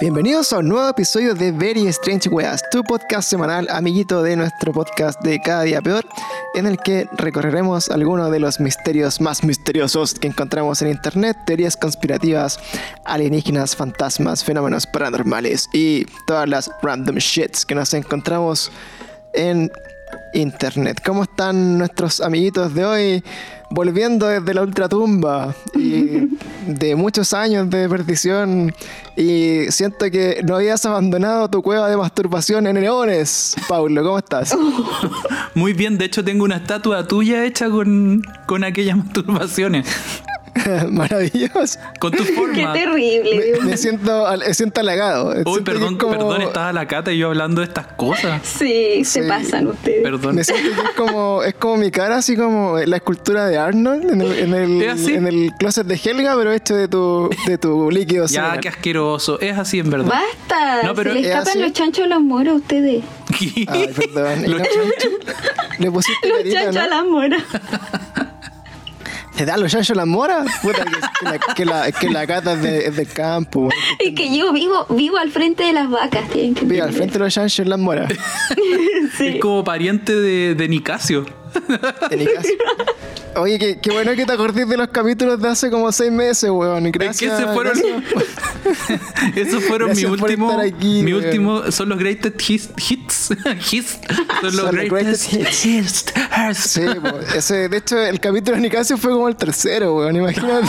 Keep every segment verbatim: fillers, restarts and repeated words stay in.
Bienvenidos a un nuevo episodio de Very Strange Weas, tu podcast semanal, amiguito de nuestro podcast de Cada Día Peor, en el que recorreremos algunos de los misterios más misteriosos que encontramos en internet, teorías conspirativas, alienígenas, fantasmas, fenómenos paranormales y todas las random shits que nos encontramos en internet. ¿Cómo están nuestros amiguitos de hoy? Volviendo desde la ultratumba y de muchos años de perdición, y siento que no habías abandonado tu cueva de masturbación en eones. Paulo, ¿cómo estás? Muy bien, de hecho tengo una estatua tuya hecha con, con aquellas masturbaciones. Maravilloso. Con tu forma. Qué terrible. Me, me siento, me siento halagado. Uy, Siento perdón, como... perdón, estaba la Cata y yo hablando de estas cosas. Sí, Sí. se pasan ustedes. Perdón. Me siento que es como, es como mi cara, así como la escultura de Arnold en el, en el, ¿Es así? en el closet de Helga, pero hecho de tu, de tu líquido Ya, seminal. qué asqueroso. Es así en verdad. Basta. No, pero se le es escapan así. los chanchos a las moras a ustedes. Ay, perdón. Los Le- Le pusiste Los carita, chanchos ¿no? a las moras. ¿Te dan los chanchos las moras? Puta, que, que, la, que, la, que la Cata es, de, es del campo. Güey. Y que yo vivo, vivo al frente de las vacas. Tienen que Viva, al entender. frente de los chanchos las moras. Sí. Es como pariente de, de Nicasio. En mi caso. Oye, qué, qué bueno que te acordés de los capítulos de hace como seis meses, weón. Es Gracias. que se fueron. gracias. Esos fueron mi Gracias por último. estar aquí, mi weón. último. Son los greatest hits. hits, hits son los Son los greatest, greatest hits. Sí, po, ese, de hecho, el capítulo de Nicasio fue como el tercero, weón. Imagínate.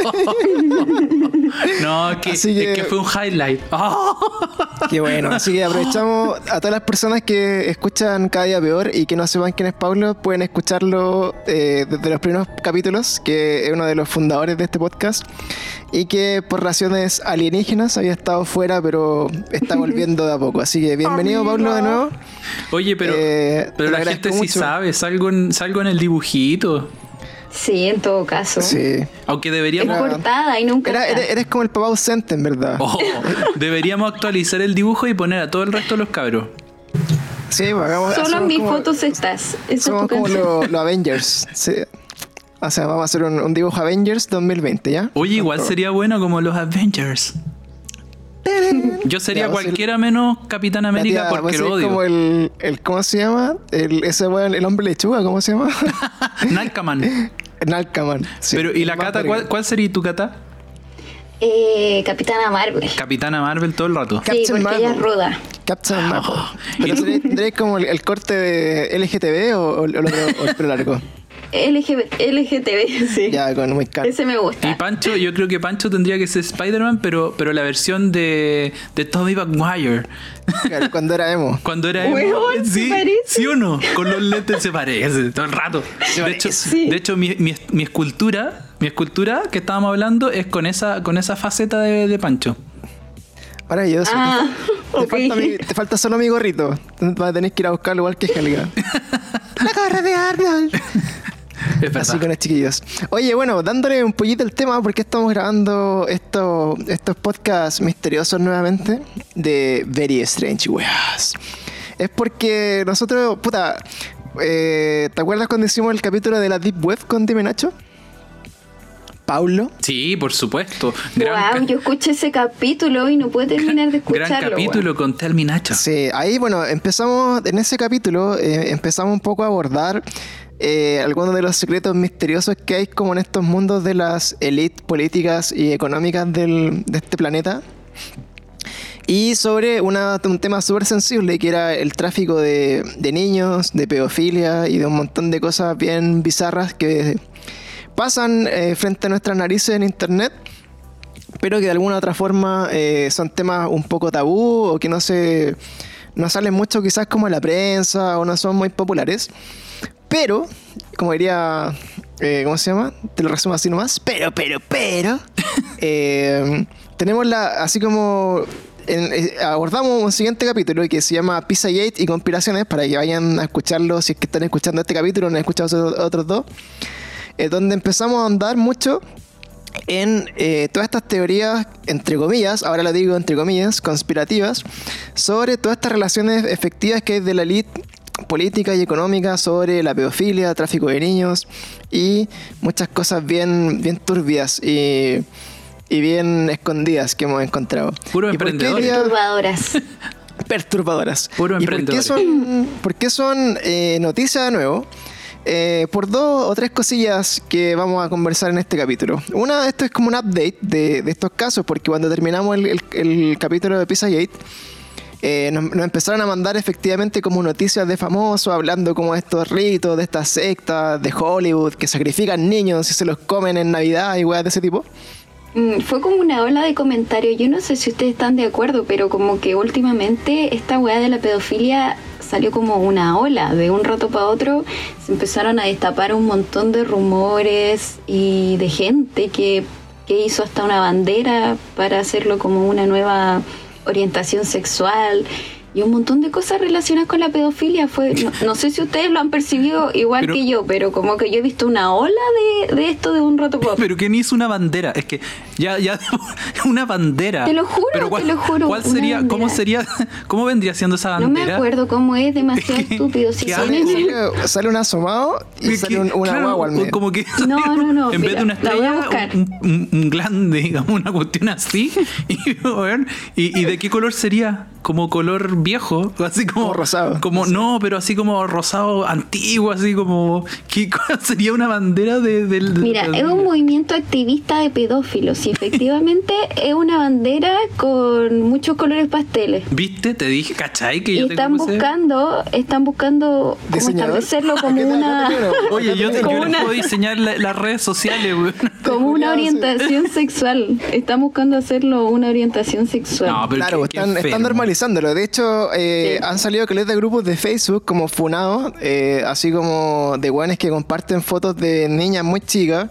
No, es que, Así que- es que fue un highlight. Qué bueno. Así que aprovechamos a todas las personas que escuchan Cada Día Peor y que no sepan quién es Paulo, pueden escucharlo eh, desde los primeros capítulos, que es uno de los fundadores de este podcast y que por razones alienígenas había estado fuera, pero está volviendo de a poco. Así que bienvenido, Paulo, de nuevo. Oye, pero, Eh, pero te la agradezco gente sí mucho. sabe, salgo en, salgo en el dibujito. Sí, en todo caso. Sí. Aunque Es deberíamos, Era- cortada y nunca Era- está. eres, eres como el papá ausente, en verdad. oh, deberíamos actualizar el dibujo y poner a todo el resto de los cabros. Sí, pues, hagamos, Solo en hacemos mis como- fotos estás. Esa es tu Somos como canción. los los Avengers. Sí. O sea, vamos a hacer un, un dibujo Avengers dos mil veinte, ¿ya? Oye, igual sería bueno como los Avengers. Yo sería Ya, vos cualquiera menos Capitán América La tía, porque vos lo sos odio. como el, el. ¿Cómo se llama? El, ese weón, el hombre lechuga, ¿cómo se llama? Nalcaman. Nalcaman. Sí, Pero, ¿y el la más Cata? verga. ¿cuál, ¿Cuál sería tu Cata? Eh, Capitana Marvel. Capitana Marvel todo el rato. Sí, Captain porque ella es Marvel. ruda. Captain Marvel. ¿Pero sería- tendréis como el, el corte de L G T B o, o, o el otro- o el pelo largo? L G B L G T B, sí. Ya, con muy caro. Ese me gusta. Y Pancho, yo creo que Pancho tendría que ser Spider-Man, pero, pero la versión de, de Tobey Maguire. Claro, cuando era emo. Cuando era emo. Weón, ¿se ¿Sí? parece? ¿Sí o no? Con los lentes se parece todo el rato. De hecho, Sí. de hecho mi, mi, mi escultura, mi escultura que estábamos hablando es con esa, con esa faceta de, de Pancho. Maravilloso. Ah, te, ok. falta mi- te falta solo mi gorrito. Vas a tener que ir a buscarlo igual que Helga. La gorra de Arnold. Es verdad. Así con los chiquillos. Oye, bueno, dándole un poquito el tema, porque estamos grabando estos, estos podcasts misteriosos nuevamente de Very Strange Weas. Es porque nosotros, puta, eh, ¿te acuerdas cuando hicimos el capítulo de la Deep Web con Dime Nacho? Paulo. Sí, por supuesto. Gran, Wow, ca- yo escuché ese capítulo y no pude terminar de gran escucharlo. capítulo weón. con Tell Me Nacho. Sí, ahí, bueno, empezamos, en ese capítulo, eh, empezamos un poco a abordar eh, algunos de los secretos misteriosos que hay como en estos mundos de las élites políticas y económicas del, de este planeta. Y sobre una, un tema súper sensible que era el tráfico de, de niños, de pedofilia y de un montón de cosas bien bizarras que pasan eh, frente a nuestras narices en internet, pero que de alguna u otra forma eh, son temas un poco tabú o que no se no salen mucho quizás como en la prensa o no son muy populares. Pero, como diría, eh, ¿cómo se llama? Te lo resumo así nomás. Pero, pero, pero, eh, tenemos la, así como en- eh, abordamos un siguiente capítulo que se llama Pizzagate y conspiraciones, para que vayan a escucharlo si es que están escuchando este capítulo o no han escuchado esos otros dos. Eh, donde empezamos a andar mucho en eh, todas estas teorías, entre comillas, ahora lo digo entre comillas, conspirativas, sobre todas estas relaciones efectivas que hay de la élite política y económica sobre la pedofilia, tráfico de niños y muchas cosas bien, bien turbias. Y y bien escondidas que hemos encontrado. Puro ¿Y por qué emprendedores. quería- Perturbadoras. perturbadoras. Puro ¿Y por qué emprendedores. son, por qué son eh, noticias de nuevo? Eh, por dos o tres cosillas que vamos a conversar en este capítulo. Una, esto es como un update de, de estos casos, porque cuando terminamos el, el- el capítulo de Pizzagate, eh, nos, nos empezaron a mandar efectivamente como noticias de famosos, hablando como de estos ritos, de estas sectas de Hollywood, que sacrifican niños y se los comen en Navidad y weas de ese tipo. Mm, Fue como una ola de comentarios. Yo no sé si ustedes están de acuerdo, pero como que últimamente esta weá de la pedofilia salió como una ola. De un rato para otro se empezaron a destapar un montón de rumores y de gente que, que hizo hasta una bandera para hacerlo como una nueva orientación sexual y un montón de cosas relacionadas con la pedofilia. Fue, no, no sé si ustedes lo han percibido igual Pero- que yo, pero como que yo he visto una ola de, de esto de un rato para otro. Pero ¿quién hizo una bandera? Es que ya, ya, una bandera. Te lo juro, Pero ¿cuál, te lo juro, ¿Cuál una sería, bandera. cómo sería, cómo vendría siendo esa No bandera? me acuerdo cómo es, demasiado ¿Qué- estúpido. Si qué son algo? esos- Sale, sale un asomado y Que- sale un- una claro, guagua al medio. como que No, no, no, en vez mira, de una la voy a estrella, buscar. un, un, un glande, digamos, una cuestión así. Y, bueno, ¿y, y de qué color sería? Como color viejo, así como, Como rosado. Como no, pero así como rosado antiguo, así como ¿qué cuál sería una bandera de, del de- Mira, de- es un movimiento activista de pedófilos y efectivamente es una bandera con muchos colores pasteles. ¿Viste? Te dije, ¿cachai? Que Y yo tengo están ese- buscando, están buscando como ¿Diseñador? establecerlo como ¿Qué tal? una Oye, yo, te, como yo les una- puedo diseñar la- las redes sociales, weón. como una Julián, sí. orientación sexual. Están buscando hacerlo una orientación sexual. No, pero Claro, qué- qué están, están enfermo. normalizándolo. De hecho, eh, Sí. han salido caleta de grupos de Facebook como funados, eh, así como de weones que comparten fotos de niñas muy chicas.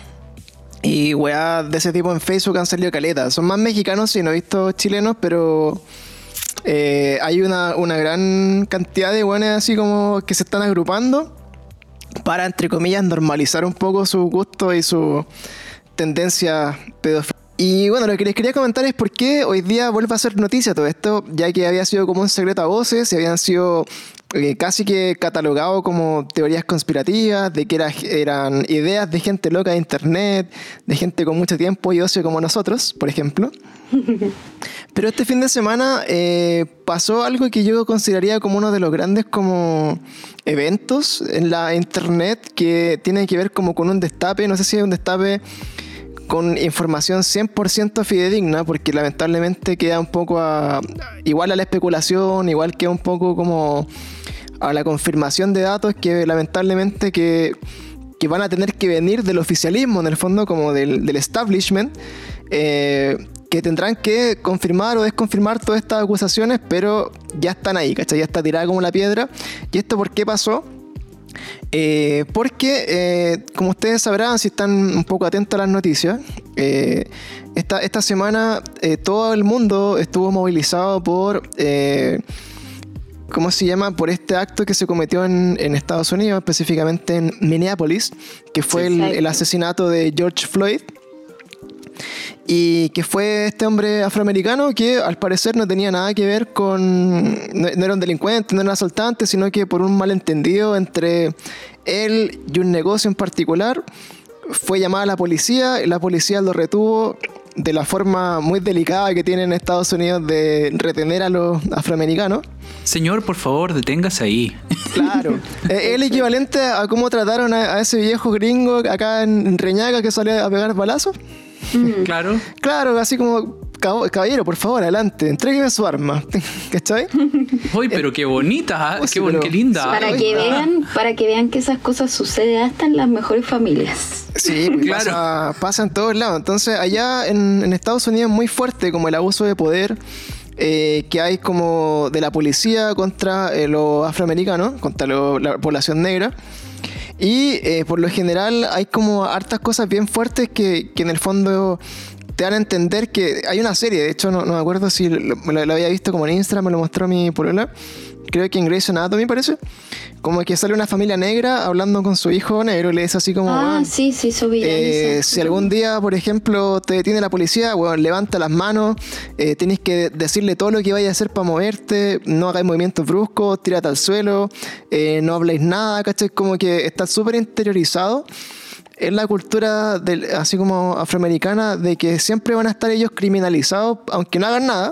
Y weas de ese tipo en Facebook han salido caletas. Son más mexicanos, sí, no he visto chilenos, pero eh, hay una, una gran cantidad de weones así como que se están agrupando para, entre comillas, normalizar un poco su gusto y su tendencia pedófila. Y bueno, lo que les quería comentar es por qué hoy día vuelve a ser noticia todo esto, ya que había sido como un secreto a voces y habían sido eh, casi que catalogado como teorías conspirativas, de que era- eran ideas de gente loca de internet, de gente con mucho tiempo y ocio como nosotros, por ejemplo. Pero este fin de semana eh, pasó algo que yo consideraría como uno de los grandes como eventos en la internet que tiene que ver como con un destape, no sé si es un destape con información cien por ciento fidedigna, porque lamentablemente queda un poco a, igual a la especulación, igual que un poco como a la confirmación de datos que lamentablemente que, que van a tener que venir del oficialismo, en el fondo como del, del establishment, eh, que tendrán que confirmar o desconfirmar todas estas acusaciones, pero ya están ahí, ¿cachai? Ya está tirada como la piedra. ¿Y esto por qué pasó? Eh, porque, eh, como ustedes sabrán, si están un poco atentos a las noticias, eh, esta, esta semana eh, todo el mundo estuvo movilizado por, eh, ¿cómo se llama? Por este acto que se cometió en, en Estados Unidos, específicamente en Minneapolis, que fue Sí, el, exacto. el asesinato de George Floyd. Y que fue este hombre afroamericano que al parecer no tenía nada que ver con... No, no era un delincuente, no era un asaltante, sino que por un malentendido entre él y un negocio en particular, fue llamada a la policía y la policía lo retuvo de la forma muy delicada que tienen en Estados Unidos de retener a los afroamericanos. Señor, por favor, deténgase ahí. Claro, es el equivalente a cómo trataron a, a ese viejo gringo acá en Reñaca que salió a pegar balazos. Claro. Claro, así como, "Cabo- caballero, por favor, adelante, entrégueme su arma". ¿Cachai? Uy, pero qué bonita, ¿ah? Oh, sí, qué, bon- pero- qué linda. Para Ay, que ah. vean, para que vean que esas cosas suceden hasta en las mejores familias. Sí, pues, Claro. pasa, pasa en todos lados. Entonces, allá en, en Estados Unidos es muy fuerte como el abuso de poder eh, que hay como de la policía contra eh, los afroamericanos, contra lo- la población negra. Y eh, por lo general hay como hartas cosas bien fuertes que, que en el fondo te dan a entender que hay una serie, de hecho no, no me acuerdo si lo, lo- lo había visto como en Instagram, me lo mostró mi polola, creo que en Grey's Anatomy parece, como que sale una familia negra hablando con su hijo negro y le dice así como, Ah, "Weón, sí, sí, eso viral eh, eso. si algún día, por ejemplo, te detiene la policía, bueno, levanta las manos, eh, tienes que decirle todo lo que vayas a hacer para moverte, no hagáis movimientos bruscos, tírate al suelo, eh, no habléis nada, ¿cachai? Como que está súper interiorizado es la cultura del, así como afroamericana, de que siempre van a estar ellos criminalizados aunque no hagan nada.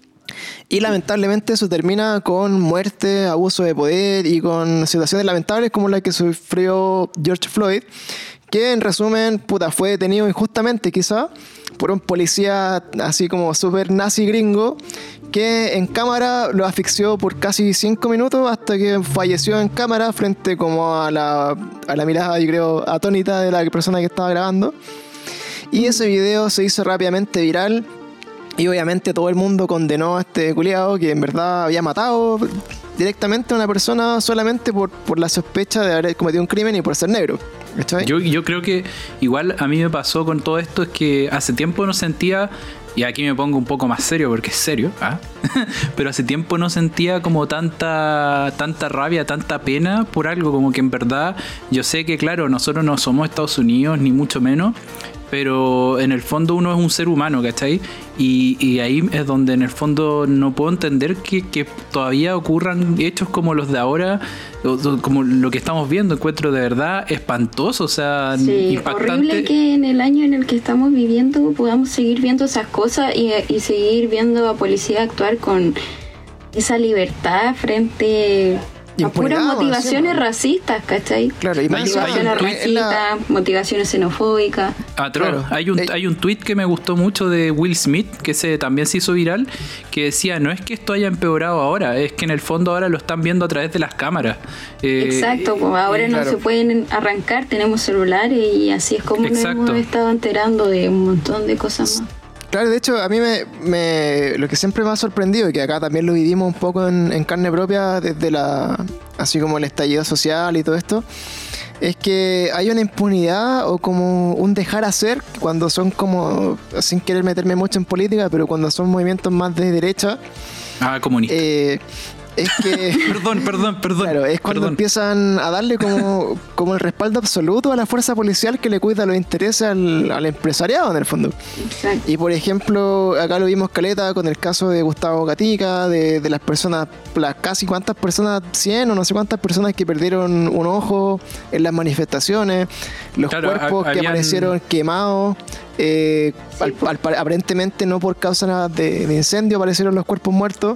Y lamentablemente eso termina con muerte, abuso de poder y con situaciones lamentables como la que sufrió George Floyd, que en resumen, puta, fue detenido injustamente quizá por un policía así como súper nazi gringo, que en cámara lo asfixió por casi cinco minutos hasta que falleció en cámara frente como a la, a la mirada, yo creo, atónita de la persona que estaba grabando. Y ese video se hizo rápidamente viral y obviamente todo el mundo condenó a este culiado que en verdad había matado directamente a una persona solamente por, por la sospecha de haber cometido un crimen y por ser negro. Yo, yo creo que igual a mí me pasó con todo esto, es que hace tiempo no sentía, y aquí me pongo un poco más serio porque es serio, ¿ah? Pero hace tiempo no sentía como tanta tanta rabia, tanta pena por algo, como que en verdad yo sé que claro, nosotros no somos Estados Unidos ni mucho menos, pero en el fondo uno es un ser humano, ¿cachai? Y, y ahí es donde en el fondo no puedo entender que, que todavía ocurran hechos como los de ahora, como lo que estamos viendo. Encuentro de verdad espantoso, o sea, sí, impactante. Horrible que en el año en el que estamos viviendo podamos seguir viendo esas cosas y, y seguir viendo a policía actuar con esa libertad frente a puras motivaciones racistas, ¿cachai? Claro, y motivaciones racistas, la... motivaciones xenofóbicas. Ah, claro. Hay un, hay un tweet que me gustó mucho de Will Smith, que se, también se hizo viral, que decía, no es que esto haya empeorado ahora, es que en el fondo ahora lo están viendo a través de las cámaras. Eh, Exacto, pues ahora no claro. se pueden arrancar, tenemos celulares y así es como Exacto. nos hemos estado enterando de un montón de cosas más. Claro, de hecho, a mí me, me lo que siempre me ha sorprendido, y que acá también lo vivimos un poco en, en carne propia desde la, así como el estallido social y todo esto, es que hay una impunidad o como un dejar hacer cuando son como, sin querer meterme mucho en política, pero cuando son movimientos más de derecha. Ah, comunista. Eh, es que... perdón, perdón, perdón. Claro, es cuando perdón. empiezan a darle como, como el respaldo absoluto a la fuerza policial que le cuida los intereses al, al empresariado en el fondo. Exacto. Y por ejemplo, acá lo vimos caleta con el caso de Gustavo Gatica, de, de las personas, las casi cuántas personas, cien o no sé cuántas personas que perdieron un ojo en las manifestaciones, los claro, cuerpos habían... que aparecieron quemados. Eh, sí, al, al, aparentemente no por causa de, de incendio aparecieron los cuerpos muertos.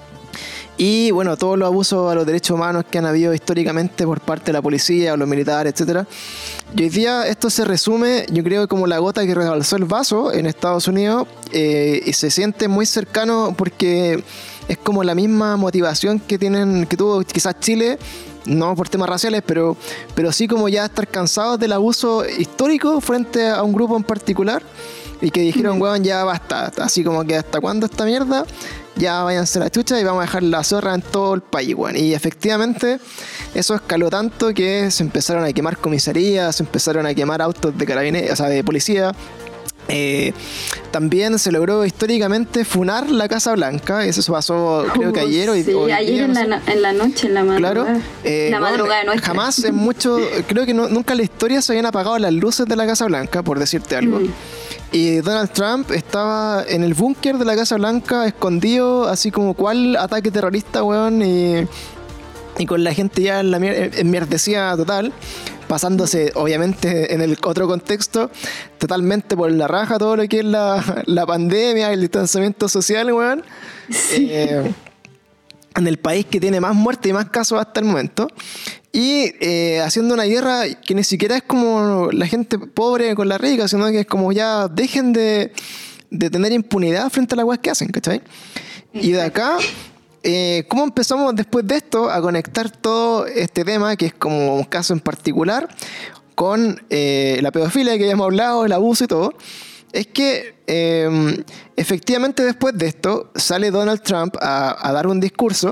Y bueno, todos los abusos a los derechos humanos que han habido históricamente por parte de la policía o los militares, etcétera. Y hoy día esto se resume, yo creo, como la gota que rebalsó el vaso en Estados Unidos, eh, y se siente muy cercano porque es como la misma motivación que tienen, que tuvo quizás Chile, no por temas raciales, pero, pero sí como ya estar cansados del abuso histórico frente a un grupo en particular, y que dijeron, weón, ya basta, así como que hasta cuándo esta mierda, ya váyanse a la chucha y vamos a dejar la zorra en todo el país, weón. Y efectivamente eso escaló tanto que se empezaron a quemar comisarías, se empezaron a quemar autos de carabineros, o sea, de policía. Eh, también se logró históricamente funar la Casa Blanca, eso se pasó creo que ayer sí, hoy, ayer día, en, no la, en la noche, en la madrugada. Claro, eh, la madrugada bueno, jamás en mucho, creo que no, nunca en la historia se habían apagado las luces de la Casa Blanca, por decirte algo. Mm. Y Donald Trump estaba en el búnker de la Casa Blanca, escondido, así como cual ataque terrorista, weón, y, y con la gente ya en la mier- enmierdecida total, pasándose, obviamente, en el otro contexto, totalmente por la raja todo lo que es la, la pandemia, el distanciamiento social, weón. Sí. Eh, en el país que tiene más muertes y más casos hasta el momento. Y eh, haciendo una guerra que ni siquiera es como la gente pobre con la rica, sino que es como ya dejen de, de tener impunidad frente a las weas que hacen, ¿cachai? Y de acá, eh, ¿cómo empezamos después de esto a conectar todo este tema, que es como un caso en particular, con eh, la pedofilia que ya hemos hablado, el abuso y todo? Es que eh, efectivamente después de esto sale Donald Trump a, a dar un discurso.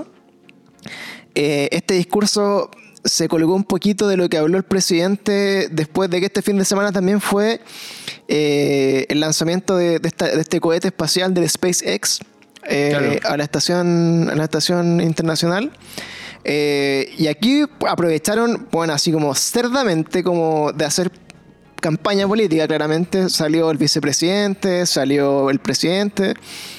Eh, este discurso se colgó un poquito de lo que habló el presidente después de que este fin de semana también fue eh, el lanzamiento de, de, esta, de este cohete espacial del SpaceX eh, claro. a la estación, a la estación internacional. Eh, y aquí aprovecharon, bueno, así como cerdamente, como de hacer campaña política. Claramente salió el vicepresidente, salió el presidente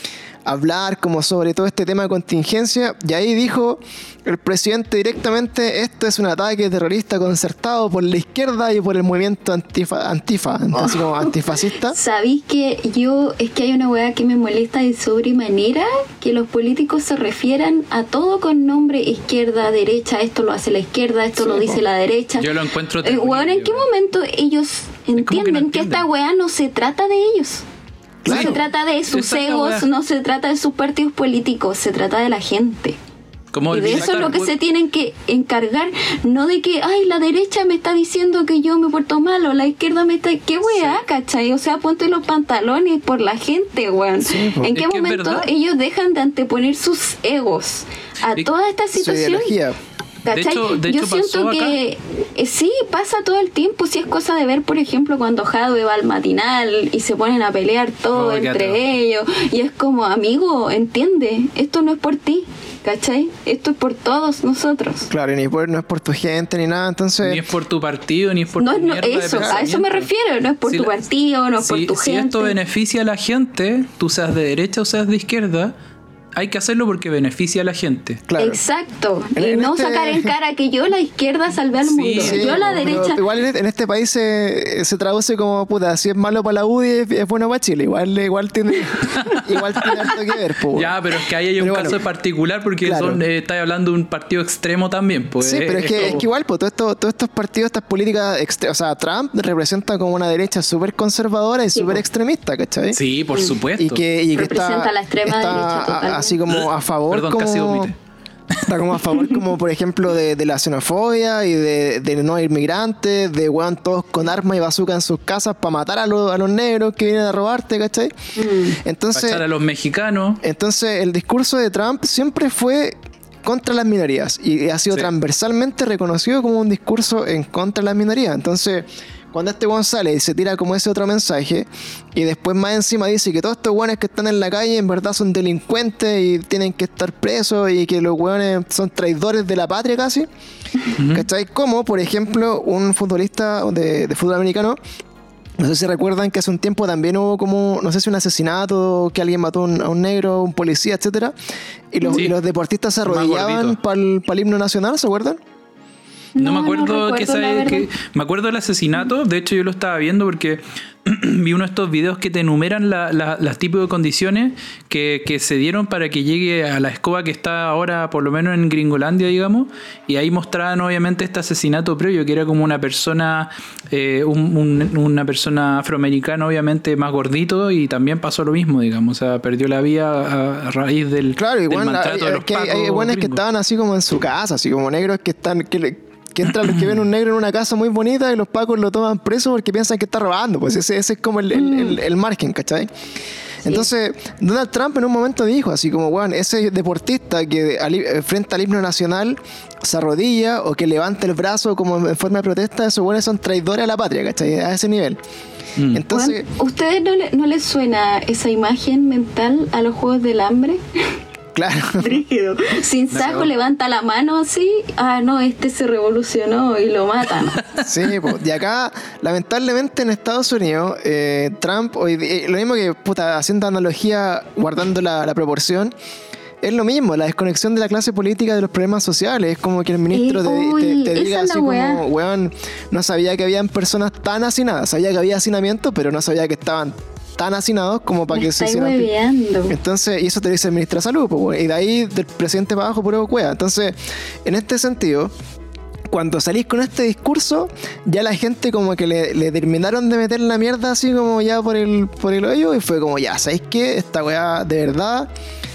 hablar como sobre todo este tema de contingencia, y ahí dijo el presidente directamente: esto es un ataque terrorista concertado por la izquierda y por el movimiento antifa, antifa así como antifascista. ¿Sabéis que yo, es que hay una weá que me molesta de sobremanera, que los políticos se refieran a todo con nombre izquierda, derecha, esto lo hace la izquierda, esto sí, lo dice po. la derecha? Yo lo encuentro terrible. Eh, weón, ¿en qué momento ellos entienden que, no que esta weá no se trata de ellos? Claro. No se trata de sus egos, no se trata de sus partidos políticos, se trata de la gente. Como y de eso es lo que se tienen que encargar, no de que, ay, la derecha me está diciendo que yo me porto mal, o la izquierda me está... ¿Qué weá, sí. cachai? O sea, ponte los pantalones por la gente, weón. Sí, ¿en qué momento ellos dejan de anteponer sus egos a y toda esta situación? ¿Cachai? De hecho, de hecho, yo siento que eh, sí, pasa todo el tiempo. Si es cosa de ver, por ejemplo, cuando Jadwe va al matinal y se ponen a pelear todo oh, entre ellos, y es como, amigo, entiende, esto no es por ti, ¿cachai? Esto es por todos nosotros. Claro, y ni por, no es por tu gente ni nada, entonces... Ni es por tu partido, ni es por no, tu no, eso, a eso me refiero, no es por si tu la, partido, no es si, por tu si gente. Si esto beneficia a la gente, tú seas de derecha o seas de izquierda, hay que hacerlo porque beneficia a la gente. Claro. Exacto. Y en no este... sacar en cara que yo la izquierda salvé al mundo. Sí, sí, yo la derecha... Igual en este país se, se traduce como, puta, si es malo para la U D I es, es bueno para Chile. Igual, igual tiene igual tiene algo que ver. Po. Ya, pero es que ahí hay un pero caso bueno, particular porque claro. son eh, estás hablando de un partido extremo también. Pues, sí, eh, pero es, es, que, como... es que igual, pues, todo esto, todos estos partidos, estas políticas, extre... o sea, Trump representa como una derecha súper conservadora y súper sí, extremista, ¿cachai? Sí, por supuesto. Y que, y que representa está, la extrema está derecha totalmente. Así como a favor. Perdón, como, casi vomité. Está como a favor, como por ejemplo, de, de la xenofobia y de, de no inmigrantes, de weón todos con armas y bazooka en sus casas para matar a, lo, a los negros que vienen a robarte, ¿cachai? Mm. Entonces, para echar a los mexicanos. Entonces, el discurso de Trump siempre fue contra las minorías y ha sido sí. transversalmente reconocido como un discurso en contra de las minorías. Entonces, cuando este weón sale y se tira como ese otro mensaje y después más encima dice que todos estos weones que están en la calle en verdad son delincuentes y tienen que estar presos y que los weones son traidores de la patria casi, uh-huh. ¿cachai? Como por ejemplo un futbolista de, de fútbol americano, no sé si recuerdan que hace un tiempo también hubo como, no sé si un asesinato, que alguien mató un, a un negro, un policía, etcétera, y los, sí. y los deportistas se arrodillaban para el himno nacional, ¿se acuerdan? No, no me acuerdo, no recuerdo que sabe que me acuerdo del asesinato. De hecho yo lo estaba viendo porque vi uno de estos videos que te enumeran la, la, las tipos de condiciones que, que se dieron para que llegue a la escoba que está ahora por lo menos en Gringolandia, digamos, y ahí mostraban obviamente este asesinato previo, que era como una persona eh, un, un, una persona afroamericana obviamente más gordito, y también pasó lo mismo, digamos, o sea, perdió la vida a, a raíz del, claro, del bueno, maltrato hay, de los que pacos hay, hay buenos que estaban así como en su casa, así como negros que están... que que entran los que ven un negro en una casa muy bonita y los pacos lo toman preso porque piensan que está robando. Pues ese, ese es como el, el, el, el margen, ¿cachai? Entonces, Donald Trump en un momento dijo así como, bueno, ese deportista que al, frente al himno nacional se arrodilla o que levanta el brazo como en forma de protesta, esos buenos son traidores a la patria, ¿cachai? A ese nivel. Mm. Entonces, bueno, ¿ustedes no, le, no les suena esa imagen mental a los Juegos del Hambre? Claro. Rígido. Sin saco, no. Levanta la mano así. Ah, no, este se revolucionó y lo matan. Sí, pues. Y acá, lamentablemente en Estados Unidos, eh, Trump, hoy, eh, lo mismo que, puta, haciendo analogía, guardando la, la proporción, es lo mismo, la desconexión de la clase política de los problemas sociales. Es como que el ministro te, te, te diga así como, weón, no sabía que habían personas tan hacinadas. Sabía que había hacinamiento, pero no sabía que estaban tan hacinados como para Me que se hicieran. Hueveando. Entonces, y eso te dice el ministro de Salud, pues, y de ahí del presidente para abajo, puro cueva. Entonces, en este sentido, cuando salís con este discurso, ya la gente como que le, le terminaron de meter la mierda así como ya por el, por el hoyo, y fue como, ya, ¿sabéis qué? Esta weá de verdad,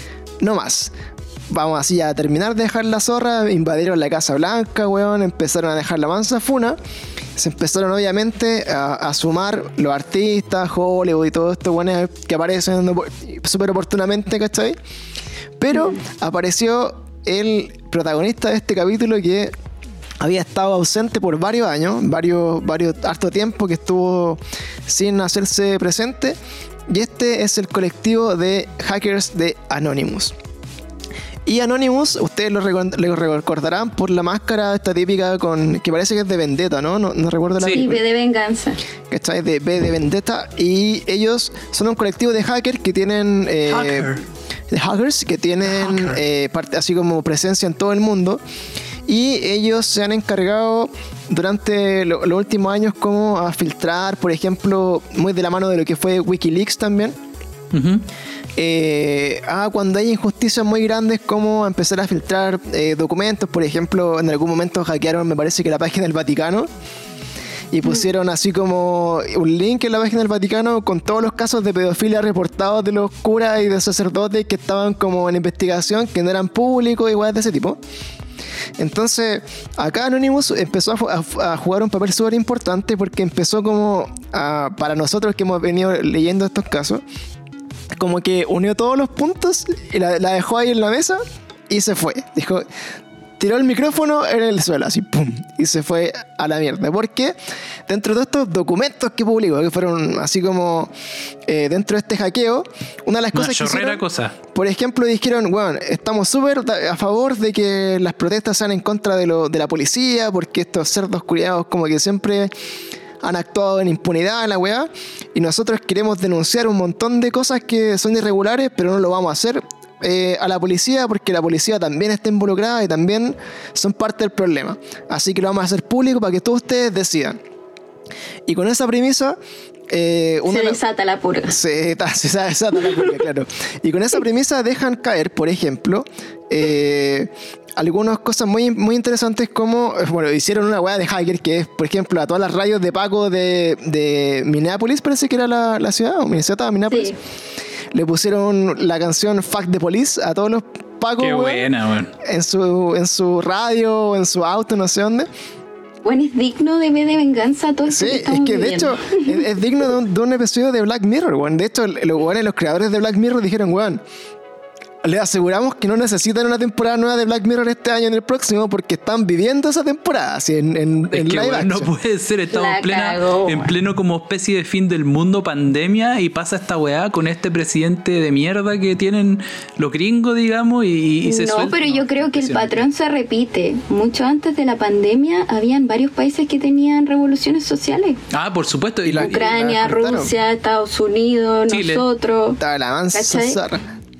no más. Vamos así a terminar de dejar la zorra, invadieron la Casa Blanca, weón, empezaron a dejar la mansa funa. Se empezaron obviamente a, a sumar los artistas, Hollywood y todo esto, bueno, que aparecen súper oportunamente, ¿cachai? Pero mm. apareció el protagonista de este capítulo que había estado ausente por varios años, varios, varios, harto tiempo que estuvo sin hacerse presente, y este es el colectivo de hackers de Anonymous. Y Anonymous, ustedes lo, record- lo recordarán por la máscara esta típica con que parece que es de Vendetta, ¿no? No, no recuerdo la. Sí, V de Venganza. ¿Cachai? De V de Vendetta. Y ellos son un colectivo de hackers que tienen... Eh, Hacker. de hackers que tienen eh, parte, así como presencia en todo el mundo. Y ellos se han encargado durante lo, los últimos años como a filtrar, por ejemplo, muy de la mano de lo que fue Wikileaks también. Uh-huh. Eh, ah, cuando hay injusticias muy grandes, como empezar a filtrar eh, documentos. Por ejemplo, en algún momento hackearon, me parece que la página del Vaticano, y pusieron así como un link en la página del Vaticano con todos los casos de pedofilia reportados de los curas y de sacerdotes que estaban como en investigación, que no eran públicos y cosas de ese tipo. Entonces, acá Anonymous empezó a, a, a jugar un papel súper importante, porque empezó como a, para nosotros que hemos venido leyendo estos casos, como que unió todos los puntos y la, la dejó ahí en la mesa y se fue. Dijo, tiró el micrófono en el suelo, así, pum, y se fue a la mierda. Porque dentro de estos documentos que publicó, que fueron así como eh, dentro de este hackeo, una de las cosas que hicieron, cosa. por ejemplo, dijeron, bueno, estamos súper a favor de que las protestas sean en contra de, lo, de la policía, porque estos cerdos culiados como que siempre han actuado en impunidad en la weá, y nosotros queremos denunciar un montón de cosas que son irregulares, pero no lo vamos a hacer eh, a la policía, porque la policía también está involucrada y también son parte del problema. Así que lo vamos a hacer público para que todos ustedes decidan. Y con esa premisa eh, se desata la purga. Se, se, se desata la purga, claro. Y con esa premisa dejan caer, por ejemplo, eh, algunas cosas muy, muy interesantes, como, bueno, hicieron una weá de hacker que es, por ejemplo, a todas las radios de Paco de, de Minneapolis, parece que era la, la ciudad, o Minnesota, Minneapolis. Sí. Le pusieron la canción Fuck the Police a todos los Pacos. Qué buena, weón. En su, en su radio, en su auto, no sé dónde. Bueno, es digno de ver de venganza todo esto. Sí, que es que viviendo. de hecho es, es digno de un, de un episodio de Black Mirror, weón. De hecho, los, bueno, los creadores de Black Mirror dijeron, weón, les aseguramos que no necesitan una temporada nueva de Black Mirror este año ni el próximo, porque están viviendo esa temporada así en, en, es en que, live bueno, action. No puede ser, estamos en, plena, en pleno como especie de fin del mundo, pandemia, y pasa esta weá con este presidente de mierda que tienen los gringos, digamos, y, y se No, suelta. pero yo creo que el patrón se repite. Mucho antes de la pandemia habían varios países que tenían revoluciones sociales. Ah, por supuesto. Y la, Ucrania, y la Rusia, Estados Unidos, Chile. Nosotros. Estaba la mansa zarra.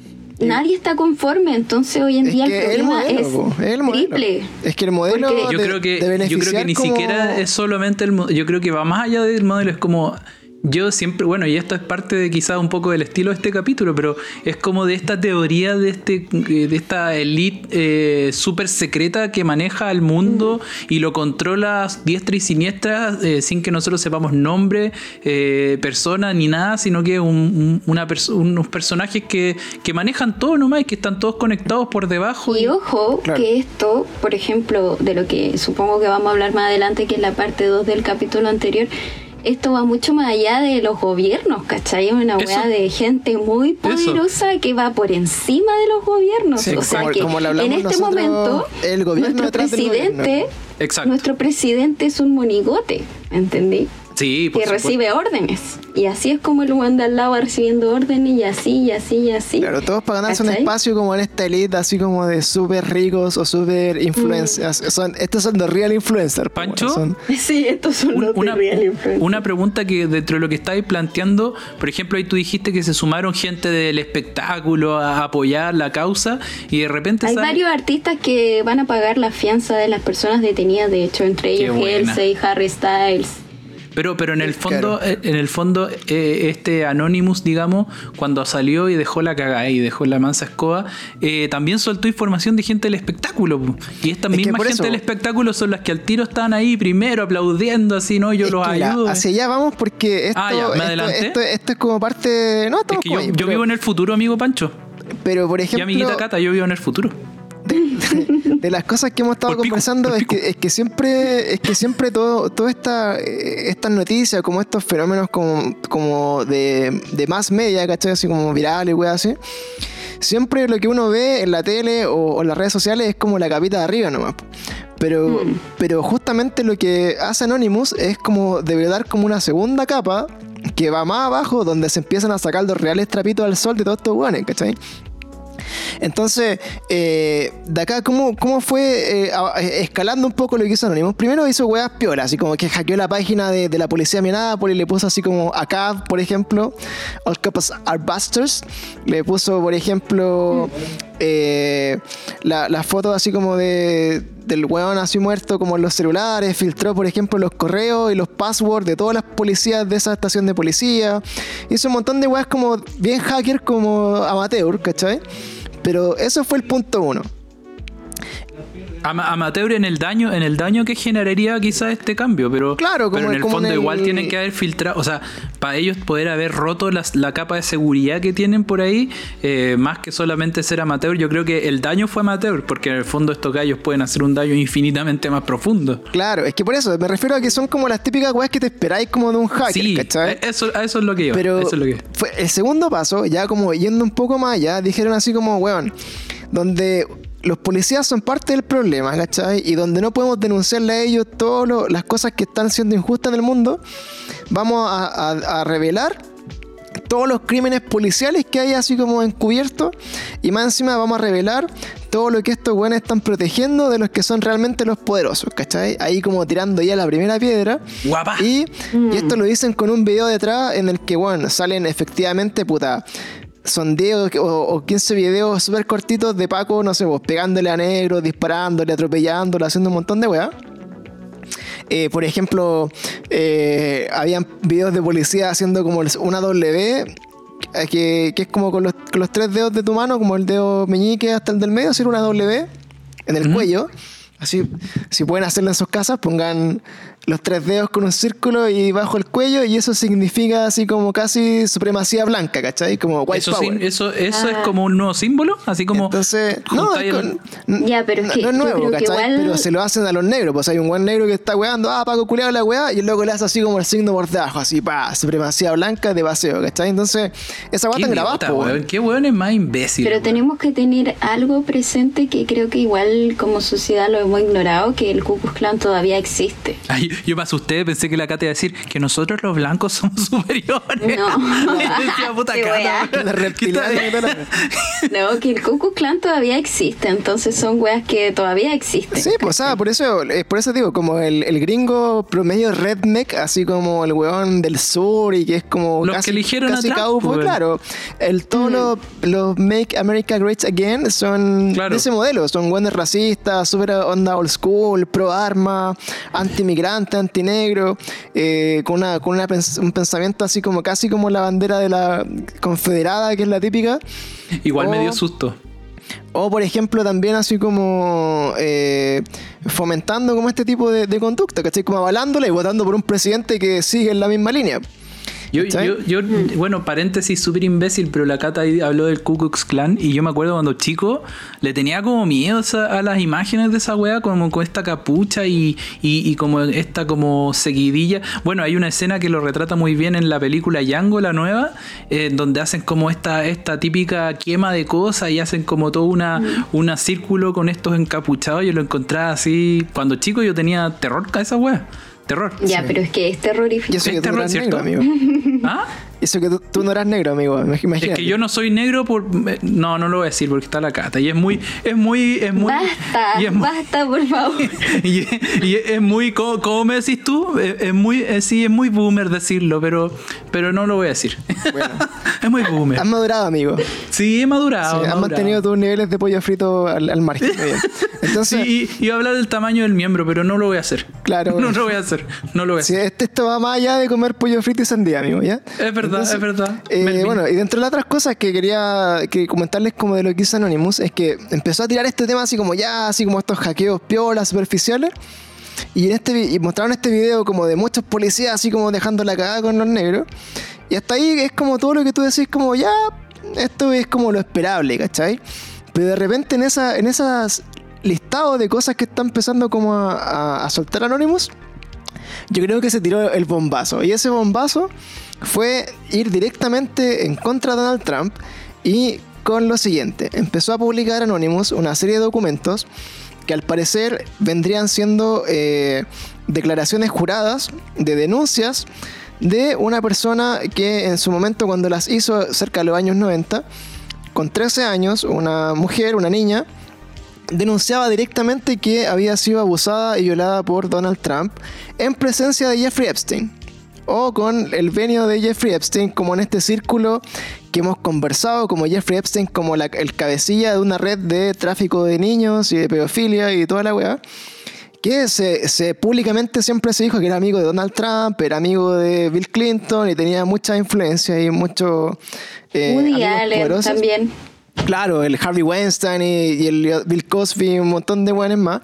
Nadie está conforme, entonces hoy en es día que el problema el modelo, es, po, es el modelo. triple. Es que el modelo Porque yo de, creo que de yo creo que ni como... siquiera es solamente el modelo, yo creo que va más allá del modelo, es como yo siempre, bueno, y esto es parte de quizás un poco del estilo de este capítulo, pero es como de esta teoría de este de esta elite eh, súper secreta que maneja al mundo mm. y lo controla diestra y siniestra eh, sin que nosotros sepamos nombre, eh, persona ni nada, sino que un, un, una perso- unos personajes que, que manejan todo nomás y que están todos conectados por debajo. Y, y ojo, claro. que esto, por ejemplo, de lo que supongo que vamos a hablar más adelante, que es la parte dos del capítulo anterior, esto va mucho más allá de los gobiernos, ¿cachai? Es una weá de gente muy poderosa Eso. que va por encima de los gobiernos. Sí, o sea como, que como en este nosotros, momento el gobierno nuestro presidente, nuestro presidente es un monigote, ¿entendí? Sí, por que supuesto. recibe órdenes. Y así es como el weón de al lado va recibiendo órdenes y así, y así, y así. Claro, todos para ganarse ¿cachai? Un espacio como en esta elite, así como de súper ricos o súper influencers. Mm. Son, estos son los real influencers. ¿Pancho? Son... Sí, estos son Un, los una, real influencers. Una pregunta que dentro de lo que estáis planteando, por ejemplo, ahí tú dijiste que se sumaron gente del espectáculo a apoyar la causa y de repente... Hay sale... varios artistas que van a pagar la fianza de las personas detenidas, de hecho, entre ellos Halsey, Harry Styles. Pero, pero en el fondo, claro. en el fondo, eh, este Anonymous, digamos, cuando salió y dejó la cagada y dejó la mansa escoba, eh, también soltó información de gente del espectáculo. Y esta es misma gente eso, del espectáculo son las que al tiro estaban ahí primero aplaudiendo, así, ¿no? Yo los ayudo. La, hacia allá vamos porque esto, ah, ya, ¿me esto, adelanté? Esto, esto es como parte... No, es que yo, ahí, yo pero, vivo en el futuro, amigo Pancho. Pero, por ejemplo... Y amiguita Cata, yo vivo en el futuro. De, de, de las cosas que hemos estado por conversando pico, es que es que siempre es que siempre todo toda esta estas noticias como estos fenómenos como, como de, de mass media, ¿cachai? Así como virales y weas así, siempre lo que uno ve en la tele o, o en las redes sociales es como la capita de arriba nomás. Pero, mm. pero justamente lo que hace Anonymous es como debe dar como una segunda capa que va más abajo, donde se empiezan a sacar los reales trapitos al sol de todos estos weones, ¿cachai? Entonces, eh, de acá, ¿cómo, cómo fue eh, a, escalando un poco lo que hizo Anonymous? Primero hizo weas piolas, así como que hackeó la página de, de la policía de Minneapolis, le puso así como a C A B, por ejemplo, All Cops Are Busters, le puso, por ejemplo, eh, la, la foto así como de del weón así muerto como en los celulares, filtró, por ejemplo, los correos y los passwords de todas las policías de esa estación de policía, hizo un montón de weas como bien hacker, como amateur, ¿cachai? Pero eso fue el punto uno. Ama- amateur en el daño en el daño que generaría quizás este cambio, pero, claro, como, pero en el como fondo en el... igual tienen que haber filtrado, o sea, para ellos poder haber roto las, la capa de seguridad que tienen por ahí, eh, más que solamente ser amateur, yo creo que el daño fue amateur, porque en el fondo estos gallos pueden hacer un daño infinitamente más profundo. Claro, es que por eso, me refiero a que son como las típicas weas que te esperáis como de un hacker, Sí, ¿cachai? a eso, a eso es lo que iba. Pero eso es lo que... fue el segundo paso, ya como yendo un poco más allá, dijeron así como, weón, donde los policías son parte del problema, ¿cachai? Y donde no podemos denunciarle a ellos todas las cosas que están siendo injustas en el mundo, vamos a, a, a revelar todos los crímenes policiales que hay así como encubiertos, y más encima vamos a revelar todo lo que estos güeyes están protegiendo de los que son realmente los poderosos, ¿cachai? Ahí como tirando ya la primera piedra. Guapa. Y, Mm. y esto lo dicen con un video detrás en el que, bueno, salen efectivamente, puta, son diez o, o quince videos súper cortitos de Paco, no sé, vos, pegándole a negros, disparándole, atropellándole, haciendo un montón de weá. Eh, por ejemplo, eh, habían videos de policía haciendo como una W, que, que es como con los, con los tres dedos de tu mano, como el dedo meñique hasta el del medio, hacer una W en el uh-huh. cuello. Así, si pueden hacerlo en sus casas, pongan los tres dedos con un círculo y bajo el cuello, y eso significa así como casi supremacía blanca, ¿cachai? Como white eso power. Sí, eso eso ah. es como un nuevo símbolo, así como... Entonces, no, es con, el... ya, pero es que, no es nuevo, ¿cachai? Igual... Pero se lo hacen a los negros, pues hay un buen negro que está weando, ah, Paco culeado la weá, y luego le hace así como el signo por debajo, así, pa, supremacía blanca de paseo, ¿cachai? Entonces, esa weá está grabada, weón. Qué weón es más imbécil. Pero weón. Tenemos que tener algo presente que creo que igual como sociedad lo hemos ignorado, que el Ku Klux Klan todavía existe. Ay, yo me asusté, pensé que la Cata iba a decir que nosotros los blancos somos superiores. No. Decía, puta Cata, la reptiliana. No, que el Ku Klux Klan todavía existe, entonces son weas que todavía existen. Sí, pues, ah, por eso, por eso digo, como el, el gringo promedio redneck, así como el weón del sur y que es como los casi, que eligieron casi a Trump, cowboy, pues, claro. El todos mm. los, los Make America Great Again son claro. de ese modelo, son weones racistas, super onda old school, pro arma, anti-migrante, anti-negro, eh, con, una, con una, un pensamiento así como casi como la bandera de la confederada, que es la típica. Igual o, me dio susto. O por ejemplo también así como eh, fomentando como este tipo de, de conducta, ¿cachai? Como avalándola y votando por un presidente que sigue en la misma línea. Yo, yo, yo, bueno, paréntesis súper imbécil, pero la Cata ahí habló del Ku Klux Klan y yo me acuerdo cuando chico le tenía como miedo a, a las imágenes de esa wea, como con esta capucha y, y, y como esta como seguidilla. Bueno, hay una escena que lo retrata muy bien en la película Django, la nueva, eh, donde hacen como esta, esta típica quema de cosas y hacen como todo una, mm. una círculo con estos encapuchados. Yo lo encontraba así, cuando chico yo tenía terror a esa wea. Terror. Ya, sí. pero es que es terrorífico. Y eso que es tú terror, no eras ¿cierto? negro, amigo. ¿Ah? Eso que tú, tú no eras negro, amigo. Imagínate. Es que yo no soy negro por... No, no lo voy a decir porque está la Cata. Y es muy... Es muy... Es muy basta, y es basta, por favor. Y, y es muy... ¿Cómo, cómo me decís tú? Es, es muy... Es, sí, es muy boomer decirlo, pero pero no lo voy a decir. Bueno. Es muy boomer. Has madurado, amigo. Sí, he madurado. Sí, has mantenido tus niveles de pollo frito al, al margen. Entonces, sí, y, iba a hablar del tamaño del miembro, pero no lo voy a hacer. Claro. No lo voy a hacer. No lo voy a hacer. Sí, este, esto va más allá de comer pollo frito y sandía, amigo, ¿ya? Es verdad, Entonces, es verdad. Eh, bueno, y dentro de las otras cosas que quería que comentarles como de lo que hizo Anonymous, es que empezó a tirar este tema así como ya, así como estos hackeos piolas, superficiales. Y, en este, y mostraron este video como de muchos policías así como dejando la cagada con los negros. Y hasta ahí es como todo lo que tú decís como ya, esto es como lo esperable, ¿cachai? Pero de repente en esa en esas listados de cosas que está empezando como a, a, a soltar Anonymous, yo creo que se tiró el bombazo. Y ese bombazo fue ir directamente en contra de Donald Trump y con lo siguiente. Empezó a publicar Anonymous una serie de documentos que al parecer vendrían siendo eh, declaraciones juradas de denuncias de una persona que en su momento, cuando las hizo cerca de los años noventa, con trece años, una mujer, una niña, denunciaba directamente que había sido abusada y violada por Donald Trump en presencia de Jeffrey Epstein, o con el venio de Jeffrey Epstein, como en este círculo que hemos conversado, como Jeffrey Epstein como la, el cabecilla de una red de tráfico de niños y de pedofilia y toda la weá, que se, se públicamente siempre se dijo que era amigo de Donald Trump, era amigo de Bill Clinton y tenía mucha influencia y mucho eh, Woody Allen también. Claro, el Harvey Weinstein y, y el Bill Cosby, un montón de buenos más.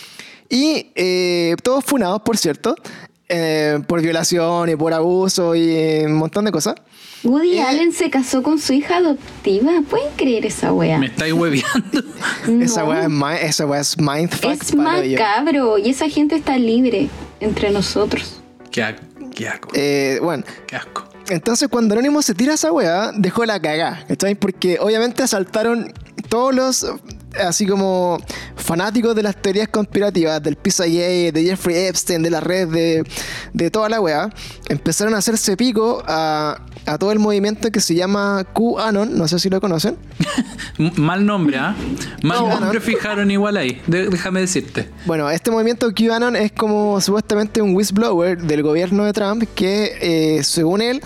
Y eh, todos funados, por cierto, eh, por violación y por abuso y un montón de cosas. Woody eh, Allen se casó con su hija adoptiva. ¿Pueden creer esa wea? Me estáis hueveando. No. Esa wea es, ma- esa wea es mindfuck. Es para ellos. macabro. Y esa gente está libre entre nosotros. Qué, a- qué asco. Eh, bueno, Qué asco. entonces cuando Anonymous se tira esa weá, dejó la cagá, ¿cachai? Porque obviamente asaltaron todos los, así como fanáticos de las teorías conspirativas, del Pizzagate, de Jeffrey Epstein, de la red, de, de toda la weá, empezaron a hacerse pico a, a todo el movimiento que se llama QAnon, no sé si lo conocen. M- Mal nombre, ¿ah? Mal No, nombre no. fijaron igual ahí. De- déjame decirte. Bueno, este movimiento QAnon es como supuestamente un whistleblower del gobierno de Trump que, eh, según él,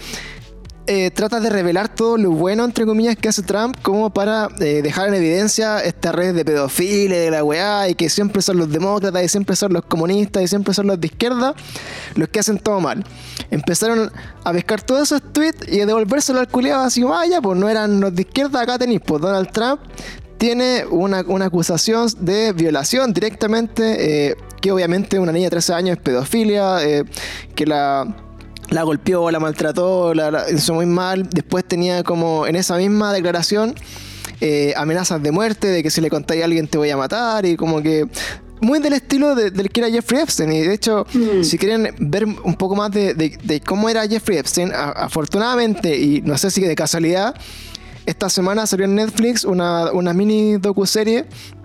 eh, trata de revelar todo lo bueno, entre comillas, que hace Trump como para eh, dejar en evidencia esta red de pedofilia, de la weá, y que siempre son los demócratas, y siempre son los comunistas, y siempre son los de izquierda los que hacen todo mal. Empezaron a pescar todos esos tweets y a devolvérselo al culiado así, vaya, pues no eran los de izquierda, acá tenéis, pues Donald Trump tiene una, una acusación de violación directamente, eh, que obviamente una niña de trece años es pedofilia, eh, que la, la golpeó, la maltrató, la, la hizo muy mal. Después tenía como en esa misma declaración eh, amenazas de muerte, de que si le contáis a alguien te voy a matar, y como que muy del estilo de, del que era Jeffrey Epstein. Y de hecho, mm. si quieren ver un poco más de, de, de cómo era Jeffrey Epstein, a, afortunadamente, y no sé si de casualidad, esta semana salió en Netflix una, una mini docuserie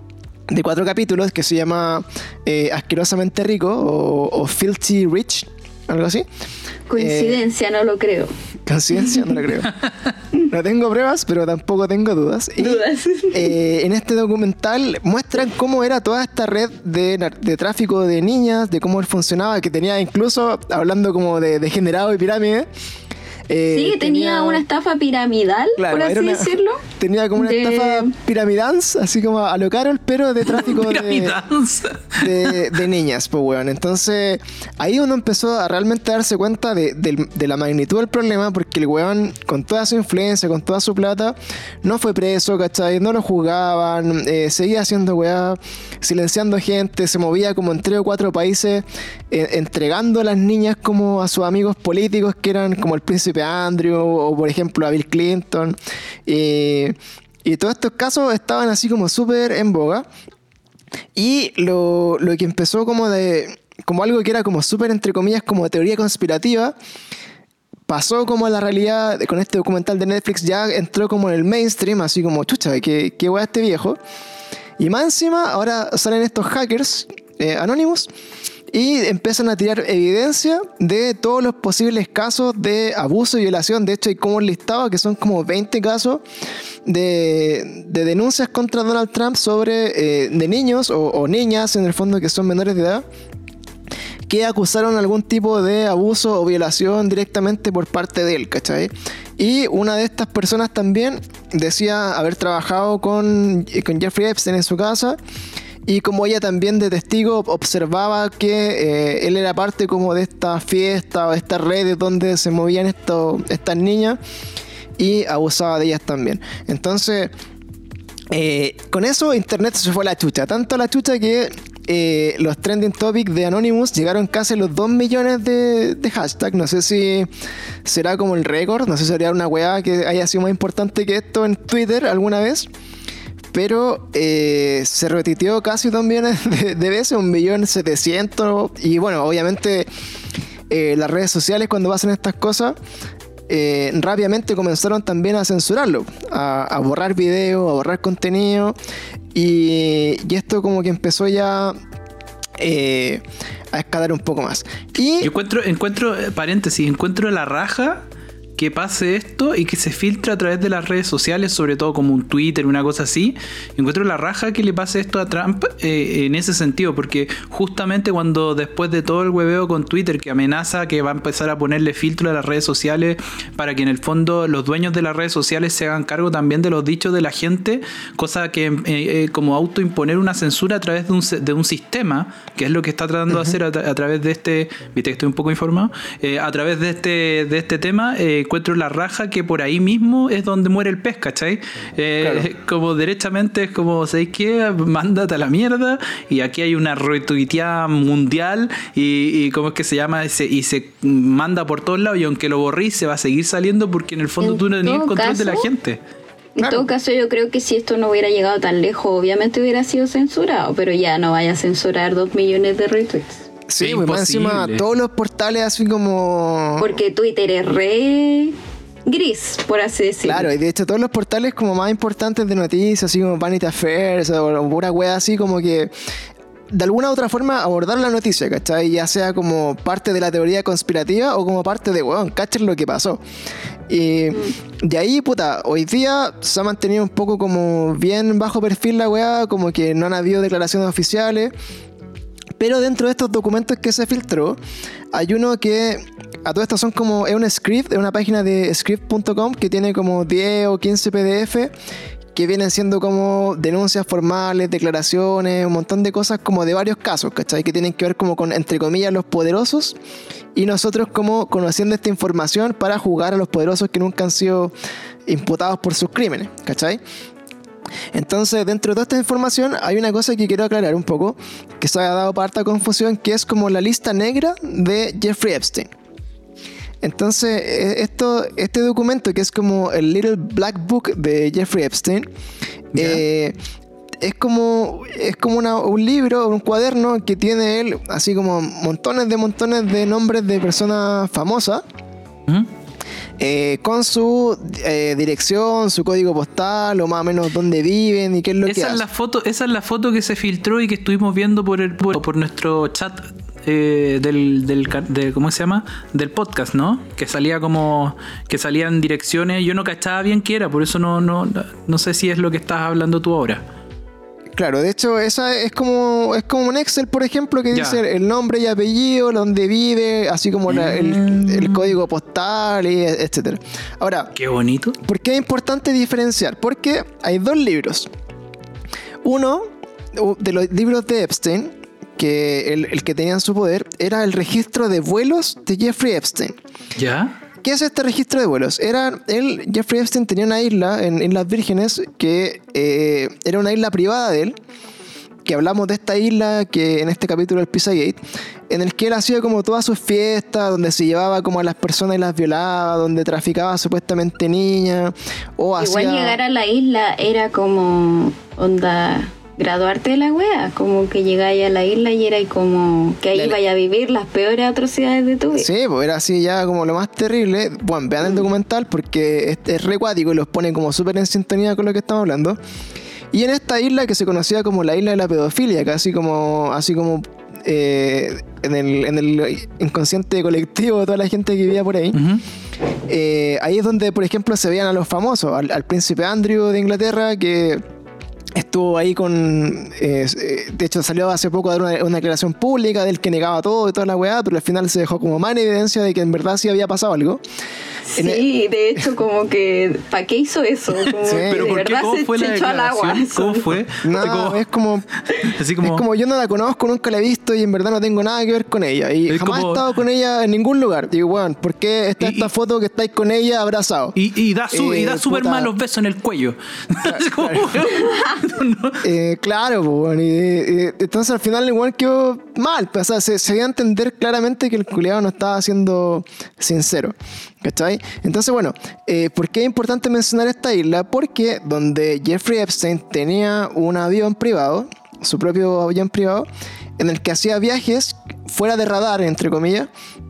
de cuatro capítulos que se llama eh, Asquerosamente Rico o, o Filthy Rich, algo así. Coincidencia, eh, no lo creo. Coincidencia, no lo creo. No tengo pruebas, pero tampoco tengo dudas. Y, dudas. Eh, en este documental muestran cómo era toda esta red de, de tráfico de niñas, de cómo funcionaba, que tenía incluso, hablando como de degenerado y pirámide, Eh, sí, tenía, tenía una estafa piramidal, claro, por así una, decirlo. Tenía como una de... estafa piramidance, así como a lo Carol, pero de tráfico de, de, de niñas, pues weón. Entonces, ahí uno empezó a realmente darse cuenta de, de, de la magnitud del problema, porque el weón, con toda su influencia, con toda su plata, no fue preso, ¿cachai? No lo juzgaban, eh, seguía haciendo weá, silenciando gente, se movía como en tres o cuatro países, eh, entregando a las niñas como a sus amigos políticos, que eran como el príncipe Andrew o por ejemplo a Bill Clinton, y, y todos estos casos estaban así como súper en boga. Y lo, lo que empezó como de como algo que era como súper entre comillas como teoría conspirativa, pasó como a la realidad. Con este documental de Netflix ya entró como en el mainstream, así como chucha, que qué guay este viejo. Y más encima ahora salen estos hackers eh, Anonymous y empiezan a tirar evidencia de todos los posibles casos de abuso y violación. De hecho, hay como un listado que son como veinte casos de, de denuncias contra Donald Trump sobre eh, de niños o, o niñas, en el fondo, que son menores de edad, que acusaron algún tipo de abuso o violación directamente por parte de él, ¿cachai? Y una de estas personas también decía haber trabajado con, con Jeffrey Epstein en su casa. Y como ella también de testigo observaba que eh, él era parte como de esta fiesta o de estas redes donde se movían esto, estas niñas, y abusaba de ellas también. Entonces, eh, con eso internet se fue a la chucha. Tanto a la chucha que eh, los trending topics de Anonymous llegaron casi a los dos millones de, de hashtags. No sé si será como el récord, no sé si sería una weá que haya sido más importante que esto en Twitter alguna vez. Pero eh, se repitió casi dos millones de, de veces, un millón setecientos. Y bueno, obviamente eh, las redes sociales, cuando pasan estas cosas, eh, rápidamente comenzaron también a censurarlo, a, a borrar videos, a borrar contenido. Y, y esto como que empezó ya eh, a escalar un poco más. Y Yo encuentro, encuentro, paréntesis, encuentro la raja que pase esto y que se filtre a través de las redes sociales, sobre todo como un Twitter, una cosa así. Encuentro la raja que le pase esto a Trump eh, en ese sentido, porque justamente cuando después de todo el hueveo con Twitter, que amenaza que va a empezar a ponerle filtro a las redes sociales para que en el fondo los dueños de las redes sociales se hagan cargo también de los dichos de la gente, cosa que eh, eh, como autoimponer una censura a través de un, de un sistema, que es lo que está tratando uh-huh. de hacer a, tra- a través de este, viste que estoy un poco informado, eh, a través de este, de este tema, eh, encuentro la raja que por ahí mismo es donde muere el pez, ¿cachai? Eh, claro. Como derechamente es como, ¿sabes qué? Mándate a la mierda y aquí hay una retuiteada mundial y, y ¿cómo es que se llama? Y se, y se manda por todos lados y aunque lo borrís se va a seguir saliendo porque en el fondo en tú no tenías control caso, de la gente. En claro. todo caso yo creo que si esto no hubiera llegado tan lejos, obviamente hubiera sido censurado, pero ya no vaya a censurar dos millones de retweets. Sí, pues más encima todos los portales así como... Porque Twitter es re gris, por así decirlo. Claro, y de hecho todos los portales como más importantes de noticias, así como Vanity Fair, o pura wea así como que... de alguna u otra forma abordar la noticia, ¿cachai? Ya sea como parte de la teoría conspirativa o como parte de, weón, cachen lo que pasó. Y mm. de ahí, puta, hoy día se ha mantenido un poco como bien bajo perfil la weá, como que no han habido declaraciones oficiales. Pero dentro de estos documentos que se filtró, hay uno que a todo esto son como, es un script, es una página de script punto com que tiene como diez o quince P D F que vienen siendo como denuncias formales, declaraciones, un montón de cosas como de varios casos, ¿cachai? Que tienen que ver como con, entre comillas, los poderosos y nosotros como conociendo esta información para juzgar a los poderosos que nunca han sido imputados por sus crímenes, ¿cachai? Entonces, dentro de toda esta información hay una cosa que quiero aclarar un poco, que se ha dado harta confusión, que es como la lista negra de Jeffrey Epstein. Entonces, esto, este documento, que es como el Little Black Book de Jeffrey Epstein, eh, es como, es como una, un libro, un cuaderno que tiene él, así como montones de montones de nombres de personas famosas. ¿Mm? Eh, con su eh, dirección, su código postal o más o menos dónde viven y qué es lo esa que es hacen. La foto, esa es la foto que se filtró y que estuvimos viendo por el por, por nuestro chat eh, del, del, del ¿cómo se llama? Del podcast, ¿no? Que salía como que salían direcciones, yo no cachaba bien qué era, por eso no, no, no sé si es lo que estás hablando tú ahora. Claro, de hecho esa es como es como un Excel, por ejemplo, que ya. dice el nombre y apellido, dónde vive, así como mm. la, el, el código postal, y etcétera. Ahora, qué bonito. ¿Por qué es importante diferenciar? Porque hay dos libros. Uno de los libros de Epstein, que el, el que tenía en su poder, era el registro de vuelos de Jeffrey Epstein. ¿Ya? ¿Qué es este registro de vuelos? Era él, Jeffrey Epstein tenía una isla en Islas Vírgenes que eh, era una isla privada de él, que hablamos de esta isla que en este capítulo del Pizzagate, en el que él hacía como todas sus fiestas, donde se llevaba como a las personas y las violaba, donde traficaba supuestamente niñas, o igual hacía... llegar a la isla era como onda... graduarte de la wea, como que llegáis a la isla y era como que ahí la... vaya a vivir las peores atrocidades de tu vida. Sí, pues era así ya como lo más terrible. Bueno, vean el documental porque es, es re cuático y los pone como súper en sintonía con lo que estamos hablando. Y en esta isla que se conocía como la isla de la pedofilia, casi como así como eh, en, el, en el inconsciente colectivo de toda la gente que vivía por ahí. Uh-huh. Eh, ahí es donde, por ejemplo, se veían a los famosos, al, al príncipe Andrew de Inglaterra, que estuvo ahí con... Eh, de hecho salió hace poco a dar una, una declaración pública del que negaba todo y toda la weá, pero al final se dejó como más en evidencia de que en verdad sí había pasado algo. Sí, el... de hecho como que ¿para qué hizo eso? Como sí. ¿Pero por qué? ¿Cómo fue la declaración? ¿Cómo fue? No, como... es como... Así como... Es como yo no la conozco, nunca la he visto y en verdad no tengo nada que ver con ella. Y es jamás como... he estado con ella en ningún lugar. Digo, bueno, ¿por qué está y, esta y... foto que estáis con ella abrazados? Y, y da su, eh, y da súper malos besos en el cuello. Claro, como... no. eh, claro pues, y, y, entonces al final igual quedó mal. O sea, se, se dio a entender claramente que el culiado no estaba siendo sincero. ¿Cachai? Entonces, bueno, eh, ¿por qué es importante mencionar esta isla? Porque donde Jeffrey Epstein tenía un avión privado, su propio avión privado, en el que hacía viajes fuera de radar, entre comillas,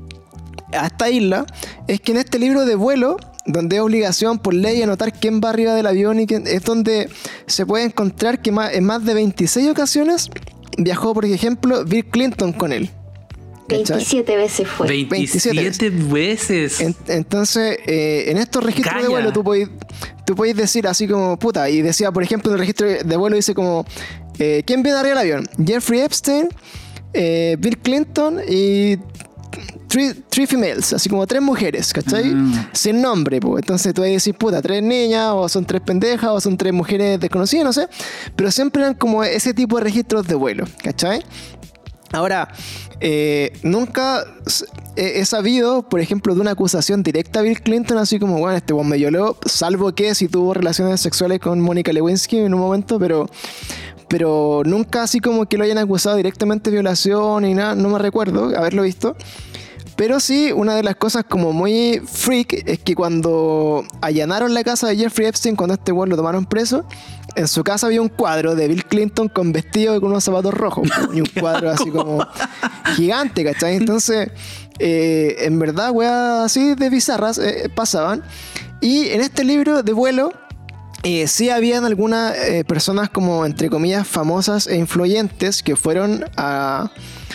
a esta isla, es que en este libro de vuelo, donde es obligación por ley anotar quién va arriba del avión y quién, es donde se puede encontrar que más, en más de veintiséis ocasiones viajó, por ejemplo, Bill Clinton con él. veintisiete veces fue. veintisiete, veintisiete veces. En, entonces, eh, en estos registros Calla. de vuelo tú podés, tú podés decir así como, puta, y decía, por ejemplo, en el registro de vuelo dice como, eh, ¿quién viene arriba del avión? Jeffrey Epstein, eh, Bill Clinton y three, three females, así como tres mujeres, ¿cachai? Mm. Sin nombre, pues. Entonces tú vas a decir, puta, tres niñas, o son tres pendejas, o son tres mujeres desconocidas, no sé. Pero siempre eran como ese tipo de registros de vuelo, ¿cachai? Ahora, eh, nunca he, he sabido, por ejemplo, de una acusación directa a Bill Clinton, así como, bueno, este weón me violó, salvo que si tuvo relaciones sexuales con Mónica Lewinsky en un momento, pero... pero nunca así como que lo hayan acusado directamente de violación y nada, no me recuerdo haberlo visto. Pero sí, una de las cosas como muy freak es que cuando allanaron la casa de Jeffrey Epstein, cuando este weón lo tomaron preso, en su casa había un cuadro de Bill Clinton con vestido y con unos zapatos rojos, y un cuadro así como gigante, ¿cachai? Entonces, eh, en verdad, weas así de bizarras eh, pasaban. Y en este libro de vuelo, Eh, sí habían algunas eh, personas como entre comillas famosas e influyentes que fueron a,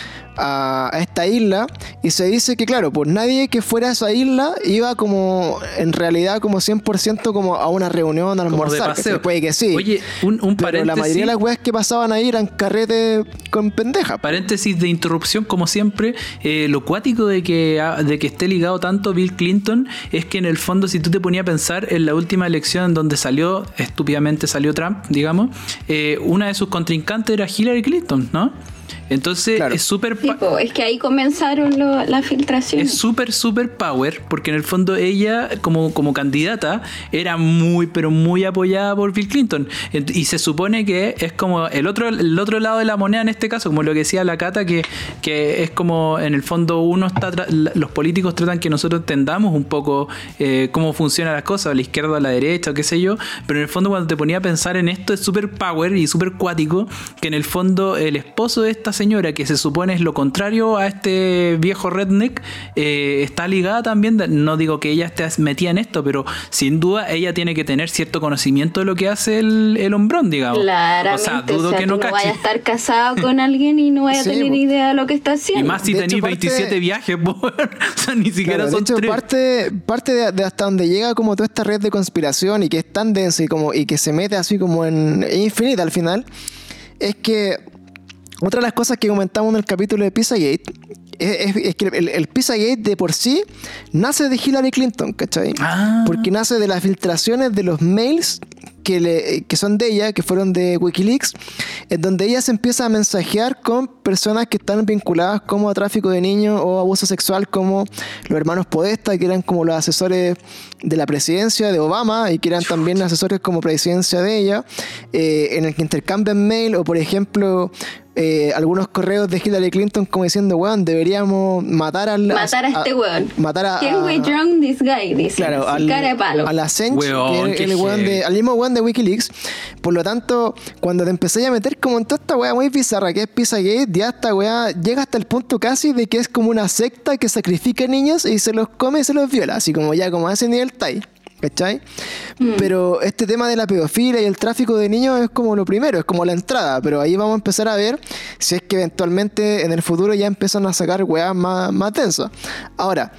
a, a esta isla, y se dice que claro, pues nadie que fuera a esa isla iba como en realidad como cien por ciento como a una reunión a almorzar, que se puede que sí. Oye, un, un pero paréntesis, la mayoría de las weas que pasaban ahí eran carretes con pendejas. Paréntesis de interrupción, como siempre, eh, lo cuático de que, de que esté ligado tanto Bill Clinton es que en el fondo, si tú te ponías a pensar en la última elección en donde salió, estúpidamente salió Trump, digamos, eh, una de sus contrincantes era Hillary Clinton, ¿no? Entonces claro. es súper... Pa- tipo, es que ahí comenzaron lo, la filtración. Es súper, súper power, porque en el fondo ella, como, como candidata, era muy, pero muy apoyada por Bill Clinton. Y se supone que es como el otro, el otro lado de la moneda en este caso, como lo que decía la Cata, que, que es como en el fondo uno está... Tra- los políticos tratan que nosotros entendamos un poco eh, cómo funcionan las cosas, a la izquierda o a la derecha, o qué sé yo, pero en el fondo cuando te ponía a pensar en esto es súper power y súper cuático, que en el fondo el esposo de esta señora, que se supone es lo contrario a este viejo redneck, eh, está ligada también, de, no digo que ella esté metida en esto, pero sin duda ella tiene que tener cierto conocimiento de lo que hace el, el hombrón, digamos. Claramente, o sea, dudo o sea, que no, no vaya a estar casado con alguien y no vaya sí, a tener pues, idea de lo que está haciendo. Y más si tenéis veintisiete viajes, por, o sea, ni siquiera claro, son de hecho, tres. Parte, parte de, de hasta donde llega como toda esta red de conspiración y que es tan densa y, como, y que se mete así como en infinita al final, es que otra de las cosas que comentamos en el capítulo de Pizzagate es, es, es que el, el Pizzagate de por sí nace de Hillary Clinton, ¿cachai? Ah. Porque nace de las filtraciones de los mails que, le, que son de ella, que fueron de Wikileaks, en donde ella se empieza a mensajear con personas que están vinculadas como a tráfico de niños o abuso sexual, como los hermanos Podesta, que eran como los asesores de la presidencia de Obama y que eran también asesores como presidencia de ella, eh, en el que intercambian mail, o por ejemplo eh, algunos correos de Hillary Clinton como diciendo, weón, deberíamos matar al matar a, a este weón, matar a, Can we drown this guy? Dice, claro, al, cara de palo a la Assange, weón, que es el weón de, al mismo weón de Wikileaks. Por lo tanto, cuando te empecé a meter como en toda esta weá muy bizarra que es Pizzagate, ya esta weá llega hasta el punto casi de que es como una secta que sacrifica niños y se los come y se los viola, así como ya como a ese nivel está ahí, ¿cachai? Mm. Pero este tema de la pedofilia y el tráfico de niños es como lo primero, es como la entrada, pero ahí vamos a empezar a ver si es que eventualmente en el futuro ya empiezan a sacar weas más, más densas. Ahora,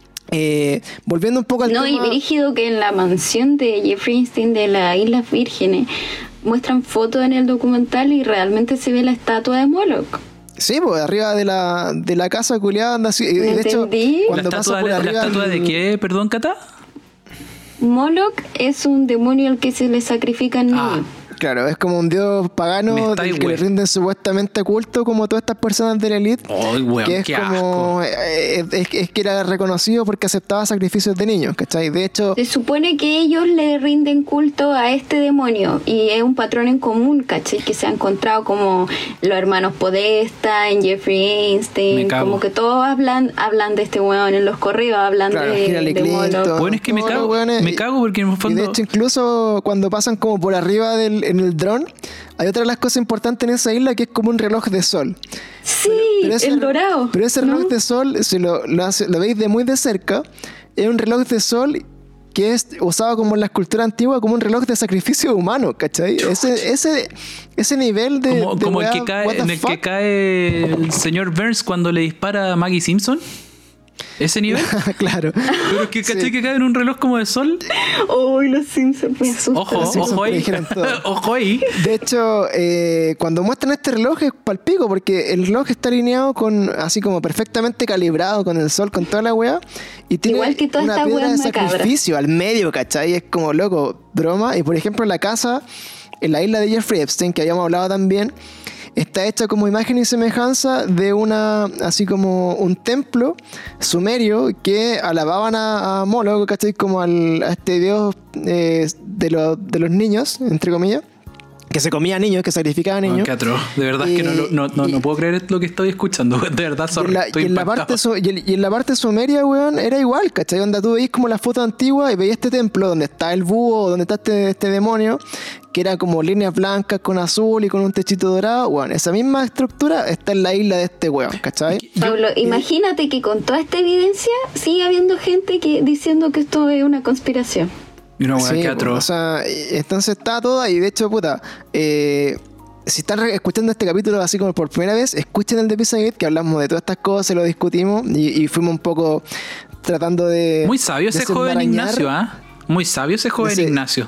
eh, volviendo un poco al no, tema... No, y brígido que en la mansión de Jeffrey Epstein de las Islas Vírgenes muestran fotos en el documental y realmente se ve la estatua de Moloch. Sí, pues arriba de la, de la casa culiada anda así. De hecho, cuando ¿La, estatua, por arriba, ¿La estatua de qué? Perdón, Cata. Moloch es un demonio al que se le sacrifican niños. Ah. Claro, es como un dios pagano del que le rinden supuestamente culto, como todas estas personas de la élite. Oh, weón, que es qué como es, es, es que era reconocido porque aceptaba sacrificios de niños, ¿cachai? De hecho, se supone que ellos le rinden culto a este demonio y es un patrón en común, ¿cachai? Que se ha encontrado como los hermanos Podesta, en Jeffrey Epstein, como que todos hablan hablan de este weón en los correos, hablan claro, de, de Moloch. Bueno, es que me cago, weones, me cago porque en el fondo... Y de hecho, incluso cuando pasan como por arriba del en el dron, hay otra de las cosas importantes en esa isla que es como un reloj de sol. Sí, pero, pero ese, el dorado. Pero ese reloj ¿no? de sol, si lo, lo, hace, lo veis de muy de cerca, es un reloj de sol que es usado como en la escultura antigua como un reloj de sacrificio humano, ¿cachai? Ese, ese, ese nivel de... Como, de como el weá, que cae, what the en el fuck. que cae el señor Burns cuando le dispara a Maggie Simpson. ¿Ese nivel? Claro. Pero es que caché Sí. que cae en un reloj como de sol. Uy, los Simpsons me asustan. Ojo, Los Simpsons ojo ahí. predijeron todo. Ojo ahí. De hecho, eh, cuando muestran este reloj es palpico, porque el reloj está alineado con, así como perfectamente calibrado con el sol, con toda la weá, y tiene Igual que todas una estas piedra de weas macabras. sacrificio al medio, ¿cachai? Es como loco, broma. Y por ejemplo, la casa en la isla de Jeffrey Epstein, que habíamos hablado también, está hecha como imagen y semejanza de una, así como un templo sumerio que alababan a, a Moloch, ¿cachai? Como al, a este dios eh, de, lo- de los niños, entre comillas, que se comía niños, que sacrificaba Oh, niños. qué atroz. De verdad es que no, lo- no, no, Y- no puedo creer lo que estoy escuchando. De verdad, Y sorry. en, la, estoy y en la impactado. parte su- y, en, y en la parte sumeria, weón, era igual, ¿cachai? Onda, tú veis como la foto antigua y veis este templo donde está el búho, donde está este, este demonio, que era como líneas blancas con azul y con un techito dorado. Weón, esa misma estructura está en la isla de este weón, ¿cachai? Pablo, imagínate que con toda esta evidencia sigue habiendo gente que diciendo que esto es una conspiración. Y una weá, Sí, qué po, atroz. o sea, y- entonces está todo ahí. De hecho, puta, eh, si están re- escuchando este capítulo así como por primera vez, escuchen el de Pizzagate, que hablamos de todas estas cosas, lo discutimos y, y fuimos un poco tratando de... Muy sabio ese joven desenmarañar Ignacio, ¿ah? Muy sabio ese joven Ese- Ignacio.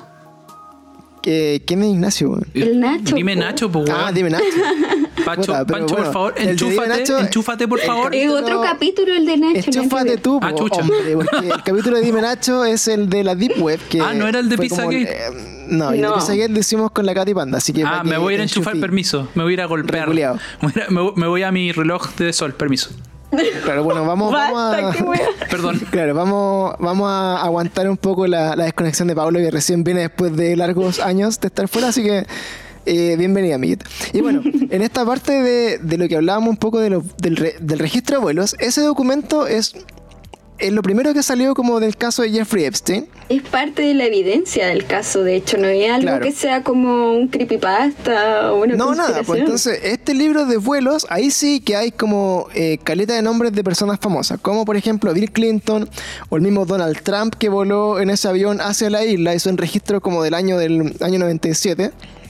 que- ¿Quién es Ignacio, weón? El Nacho, Dime po. Nacho, pues weón. Ah, dime Nacho. Pacho, Puta, pero Pancho, bueno, por favor, el de enchúfate, Dime Nacho- enchúfate, por el favor. Es capítulo- otro capítulo el de Nacho. nada que Enchúfate ver. tú, Ah, po, chucha. hombre, porque el capítulo de Dime Nacho es el de la Deep Web. Que Ah, ¿no era el de fue como Pizzagate? eh, no, y el de No. Pizzagate lo hicimos con la Katy Panda, así que... Ah, para me que voy a ir a te enchufar, enchufi- permiso. Me voy a ir a golpear. Reculeado. Me voy a- me voy- me voy a mi reloj de sol, permiso. Claro, bueno, vamos, vamos Basta, a... qué wea. Perdón. Claro, vamos, vamos a aguantar un poco la, la desconexión de Pablo, que recién viene después de largos años de estar fuera, así que eh, bienvenida, amiguito. Y bueno, en esta parte de, de lo que hablábamos un poco de lo- del, re- del registro de vuelos, ese documento es, es lo primero que salió como del caso de Jeffrey Epstein. Es parte de la evidencia del caso, de hecho, no es algo Claro. que sea como un creepypasta o una No, nada, pues conspiración. entonces este libro de vuelos, ahí sí que hay como eh, caleta de nombres de personas famosas, como por ejemplo Bill Clinton o el mismo Donald Trump que voló en ese avión hacia la isla, hizo un registro como del año del año noventa y siete.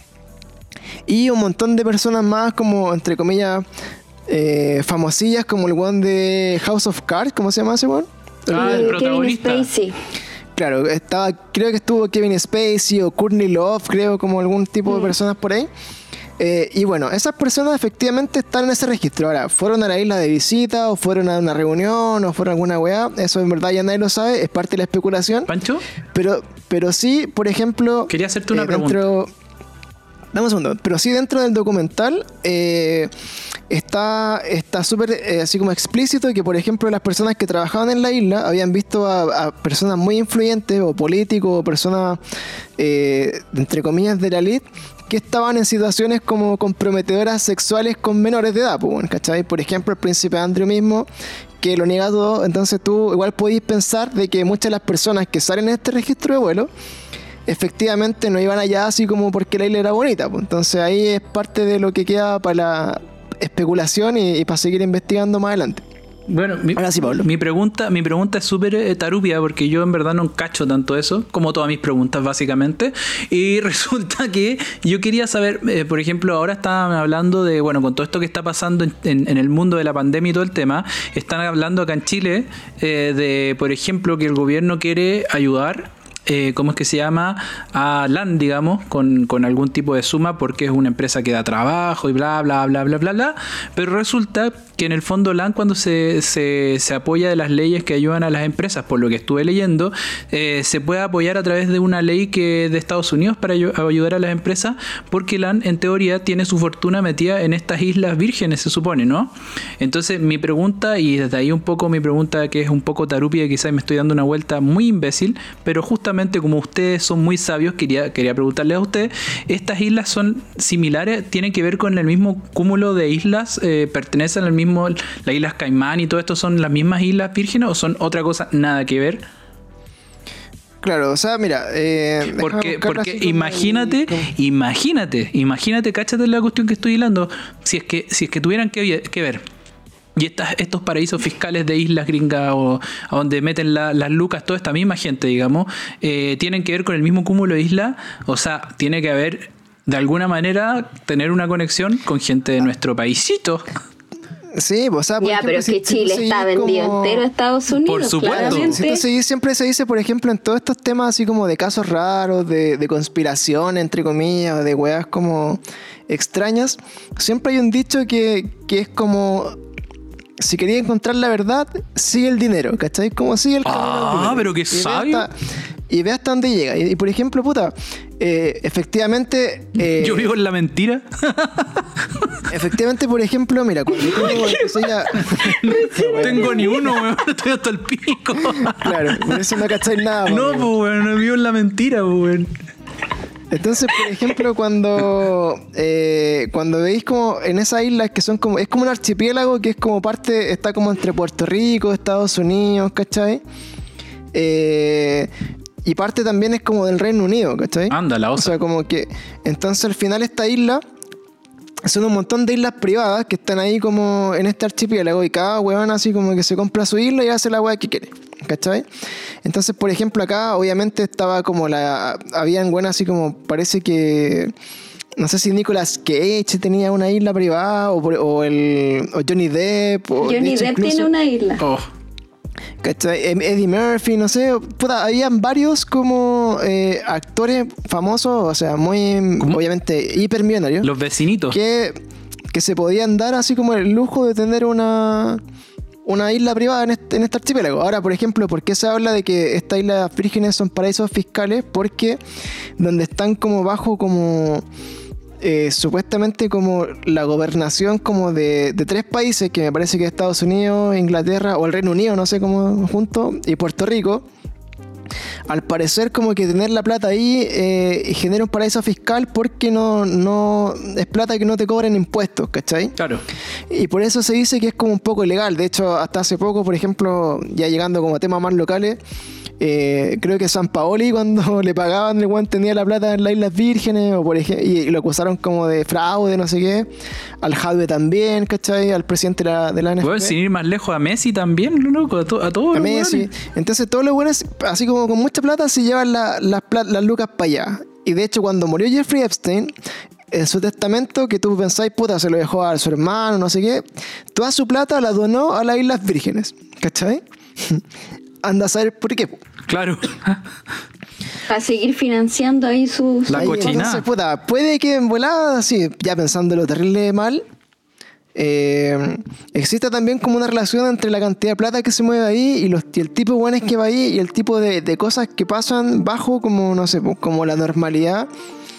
Y un montón de personas más como, entre comillas, eh, famosillas como el one de House of Cards, ¿cómo se llama ese one? Ah, Eh, el Kevin protagonista. Spacey. Claro, estaba, creo que estuvo Kevin Spacey o Courtney Love, creo, como algún tipo de personas por ahí. Eh, y bueno, esas personas efectivamente están en ese registro. Ahora, ¿fueron a la isla de visita o fueron a una reunión o fueron a alguna weá? Eso en verdad ya nadie lo sabe, es parte de la especulación. Pancho, Pero, pero sí, por ejemplo... quería hacerte una pregunta. dentro, Dame un segundo. Pero sí dentro del documental eh, está está súper eh, así como explícito que, por ejemplo, las personas que trabajaban en la isla habían visto a, a personas muy influyentes o políticos o personas, eh, entre comillas, de la elite que estaban en situaciones como comprometedoras sexuales con menores de edad, pues, bueno, ¿cachai? Por ejemplo, el príncipe Andrew mismo, que lo niega todo. Entonces tú igual podéis pensar de que muchas de las personas que salen en este registro de vuelo efectivamente no iban allá así como porque la isla era bonita, pues. Entonces ahí es parte de lo que queda para la especulación y, y para seguir investigando más adelante. Bueno, mi, Ahora sí, Pablo. mi pregunta, mi pregunta es súper eh, tarupia porque yo en verdad no cacho tanto eso, como todas mis preguntas básicamente. Y resulta que yo quería saber, eh, por ejemplo, ahora estaban hablando de, bueno, con todo esto que está pasando en, en- en el mundo de la pandemia y todo el tema, están hablando acá en Chile eh, de, por ejemplo, que el gobierno quiere ayudar. Eh, ¿Cómo es que se llama? A LAN, digamos, con, con algún tipo de suma porque es una empresa que da trabajo y bla, bla, bla, bla, bla, bla. Pero resulta que en el fondo LAN, cuando se, se, se apoya de las leyes que ayudan a las empresas, por lo que estuve leyendo, eh, se puede apoyar a través de una ley que de Estados Unidos para ayu- ayudar a las empresas, porque LAN en teoría tiene su fortuna metida en estas islas vírgenes, se supone, ¿no? Entonces mi pregunta, y desde ahí un poco mi pregunta que es un poco tarupia, quizás me estoy dando una vuelta muy imbécil, pero justamente como ustedes son muy sabios, quería, quería preguntarles a ustedes, ¿estas islas son similares? ¿Tienen que ver con el mismo cúmulo de islas? Eh, ¿Pertenecen al mismo, las islas Caimán y todo esto son las mismas islas vírgenes o son otra cosa nada que ver? Claro, o sea, mira, eh, déjame Porque, buscarlo porque así como imagínate, el- como- imagínate, imagínate, cáchate la cuestión que estoy hilando, si es que, si es que tuvieran que, que ver Y estas, estos paraísos fiscales de islas gringas o a donde meten la, las lucas, toda esta misma gente, digamos, eh, tienen que ver con el mismo cúmulo de islas. O sea, tiene que haber, de alguna manera, tener una conexión con gente de nuestro paísito. Sí, o sea, por ya, ejemplo, pero es si, que si Chile está vendido como... entero a Estados Unidos. Por supuesto. Claramente. Si tú seguís, siempre se dice, por ejemplo, en todos estos temas así como de casos raros, de, de conspiración, entre comillas, de weas como extrañas, siempre hay un dicho que, que es como... Si querías encontrar la verdad, sigue el dinero, ¿cachai? Como sigue el camino del Ah, dinero. pero qué Y ve sabio. hasta- Y ve hasta dónde llega. Y, y, por ejemplo, puta, eh, efectivamente... eh, Yo vivo en la mentira. efectivamente, por ejemplo, mira, cuando yo empecé ya... No tengo ni uno, weón. Estoy hasta el pico. Claro, por eso no cacháis nada. No, po, pues, weón. No vivo en la mentira, pues, weón. Entonces, por ejemplo, cuando eh, cuando veis como en esas islas que son como, es como un archipiélago que es como parte, está como entre Puerto Rico, Estados Unidos, ¿cachai? Eh, y parte también es como del Reino Unido, ¿cachai? Anda, la O osa. sea, como que, entonces al final esta isla son un montón de islas privadas que están ahí como en este archipiélago y cada huevón así como que se compra su isla y hace la hueá que quiere, ¿cachai? Entonces, por ejemplo, acá obviamente estaba como la... Habían buenas así como, parece que... No sé si Nicolas Cage tenía una isla privada o, por- o el o Johnny Depp. O de Johnny hecho, Depp incluso- tiene una isla. Oh. ¿Cachai? Em- Eddie Murphy, no sé, puta, habían varios como eh, actores famosos, o sea, muy, ¿Cómo? obviamente, hipermillonarios, Los vecinitos. que, que se podían dar así como el lujo de tener una, una isla privada en este, en este archipiélago. Ahora, por ejemplo, ¿por qué se habla de que estas islas vírgenes son paraísos fiscales? Porque donde están como bajo como... Eh, supuestamente como la gobernación como de, de tres países, que me parece que es Estados Unidos, Inglaterra o el Reino Unido, no sé cómo junto, y Puerto Rico. Al parecer como que tener la plata ahí eh, genera un paraíso fiscal porque no, no es plata que no te cobran impuestos, ¿cachai? Claro. Y por eso se dice que es como un poco ilegal. De hecho, hasta hace poco, por ejemplo, ya llegando como a temas más locales, eh, creo que San Paoli cuando le pagaban, el weón tenía la plata en las Islas Vírgenes, o por ejemplo, y, y lo acusaron como de fraude, no sé qué. Al Jadwe también, ¿cachai? Al presidente de la, de la N F P. Weón, sin ir más lejos, a Messi también, loco. A, to- a todos A los Messi. weones. Entonces todos los buenos, así como con mucha plata, se llevan la- las pla- las lucas para allá. Y de hecho, cuando murió Jeffrey Epstein, en su testamento, que tú pensáis, puta, se lo dejó a su hermano, no sé qué, toda su plata la donó a las Islas Vírgenes, ¿cachai? Anda a saber por qué. Claro. Para seguir financiando ahí sus... La Ahí, cochinada. entonces, puta, puede que en volada, así, ya pensándolo terrible mal, eh, exista también como una relación entre la cantidad de plata que se mueve ahí y, los, y el tipo de buenos que va ahí y el tipo de, de cosas que pasan bajo como, no sé, pues, como la normalidad.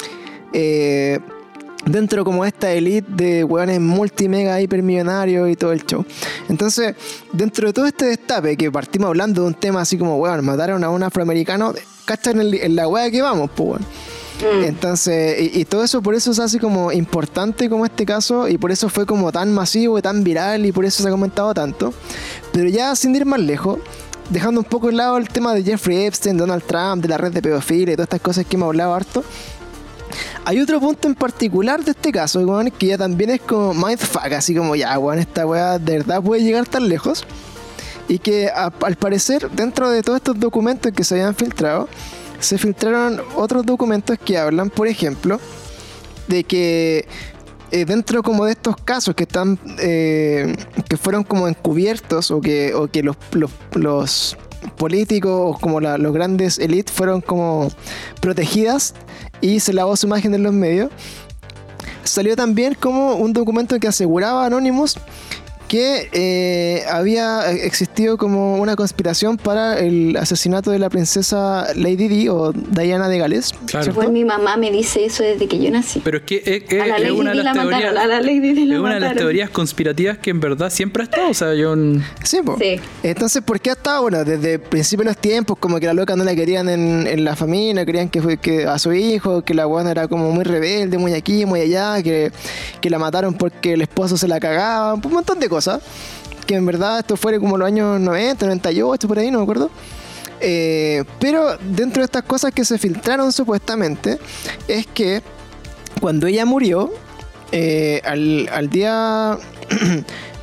Eh, dentro como esta elite de hueones multimega hipermillonarios y todo el show. Entonces, dentro de todo este destape que partimos hablando de un tema así como, weón, mataron a un afroamericano, ¿cachan en, en la wea que vamos, pues, weón? Mm. Entonces, y, y todo eso por eso se hace como importante como este caso y por eso fue como tan masivo y tan viral y por eso se ha comentado tanto. Pero ya sin ir más lejos, dejando un poco de lado el tema de Jeffrey Epstein, Donald Trump, de la red de pedofilia y todas estas cosas que hemos hablado harto, hay otro punto en particular de este caso, weón, que ya también es como mindfuck, así como ya, weón, esta weá de verdad puede llegar tan lejos. Y que a- al parecer, dentro de todos estos documentos que se habían filtrado, se filtraron otros documentos que hablan, por ejemplo, de que eh, dentro como de estos casos que están eh, que fueron como encubiertos o que, o que los, los, los políticos o como la- los grandes élites fueron como protegidas y se lavó su imagen en los medios, salió también como un documento que aseguraba a Anonymous que eh, había existido como una conspiración para el asesinato de la princesa Lady Di o Diana de Gales. Claro. ¿cierto? Pues mi mamá me dice eso desde que yo nací. Pero es que es, es- A la es Lady una de Di la las mataron, teorías. a la Lady Di la Es una de las mataron. teorías conspirativas que en verdad siempre ha estado. O sea, yo. n- Sí, po. Sí. Entonces, ¿por qué hasta bueno, desde el principio de los tiempos, como que la loca no la querían en, en la familia, querían que, fue, que a su hijo, que la buena era como muy rebelde, muy aquí, muy allá, que, que la mataron porque el esposo se la cagaba, un montón de cosas. Que en verdad esto fue como los años noventa, noventa y ocho, por ahí, no me acuerdo. Eh, pero dentro de estas cosas que se filtraron supuestamente, es que cuando ella murió, eh, al, al día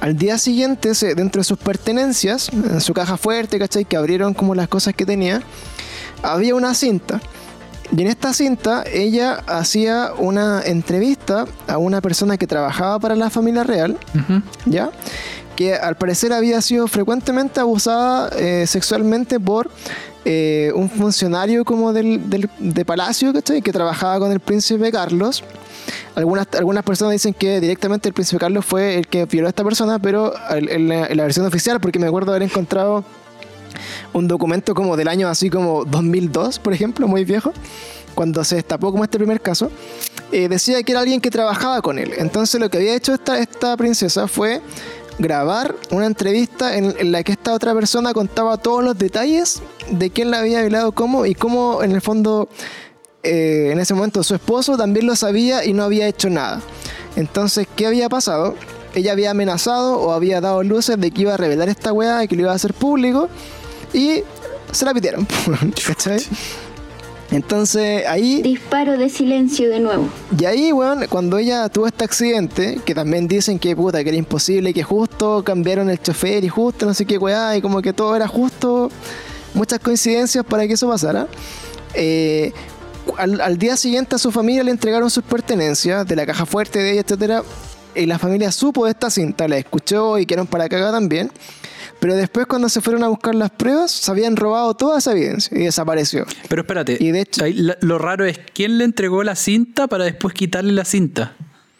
Al día siguiente, se, dentro de sus pertenencias, en su caja fuerte, ¿cachai? Que abrieron como las cosas que tenía, había una cinta. Y en esta cinta ella hacía una entrevista a una persona que trabajaba para la familia real, uh-huh. ¿ya? Que al parecer había sido frecuentemente abusada eh, sexualmente por eh, un funcionario como del, del de Palacio, ¿cachai? Que trabajaba con el príncipe Carlos. Algunas, algunas personas dicen que directamente el príncipe Carlos fue el que violó a esta persona, pero en, en, la, en la versión oficial, porque me acuerdo haber encontrado un documento como del año así como dos mil dos, por ejemplo, muy viejo, cuando se destapó como este primer caso, eh, decía que era alguien que trabajaba con él. Entonces lo que había hecho esta, esta princesa fue grabar una entrevista en, en la que esta otra persona contaba todos los detalles de quién la había violado, cómo, y cómo en el fondo eh, en ese momento su esposo también lo sabía y no había hecho nada. Entonces, ¿qué había pasado? Ella había amenazado o había dado luces de que iba a revelar esta weá y que lo iba a hacer público, y se la pidieron. ¿Cachai? Entonces ahí... Disparo de silencio de nuevo. Y ahí, weón, bueno, cuando ella tuvo este accidente, que también dicen que puta, que era imposible, que justo cambiaron el chofer y justo no sé qué weá, y como que todo era justo, muchas coincidencias para que eso pasara. Eh, al, al día siguiente a su familia le entregaron sus pertenencias de la caja fuerte de ella, etcétera. Y la familia supo de esta cinta, la escuchó y quedaron para cagar también. Pero después, cuando se fueron a buscar las pruebas, se habían robado toda esa evidencia y desapareció. Pero espérate, y de hecho, ahí, lo raro es quién le entregó la cinta para después quitarle la cinta.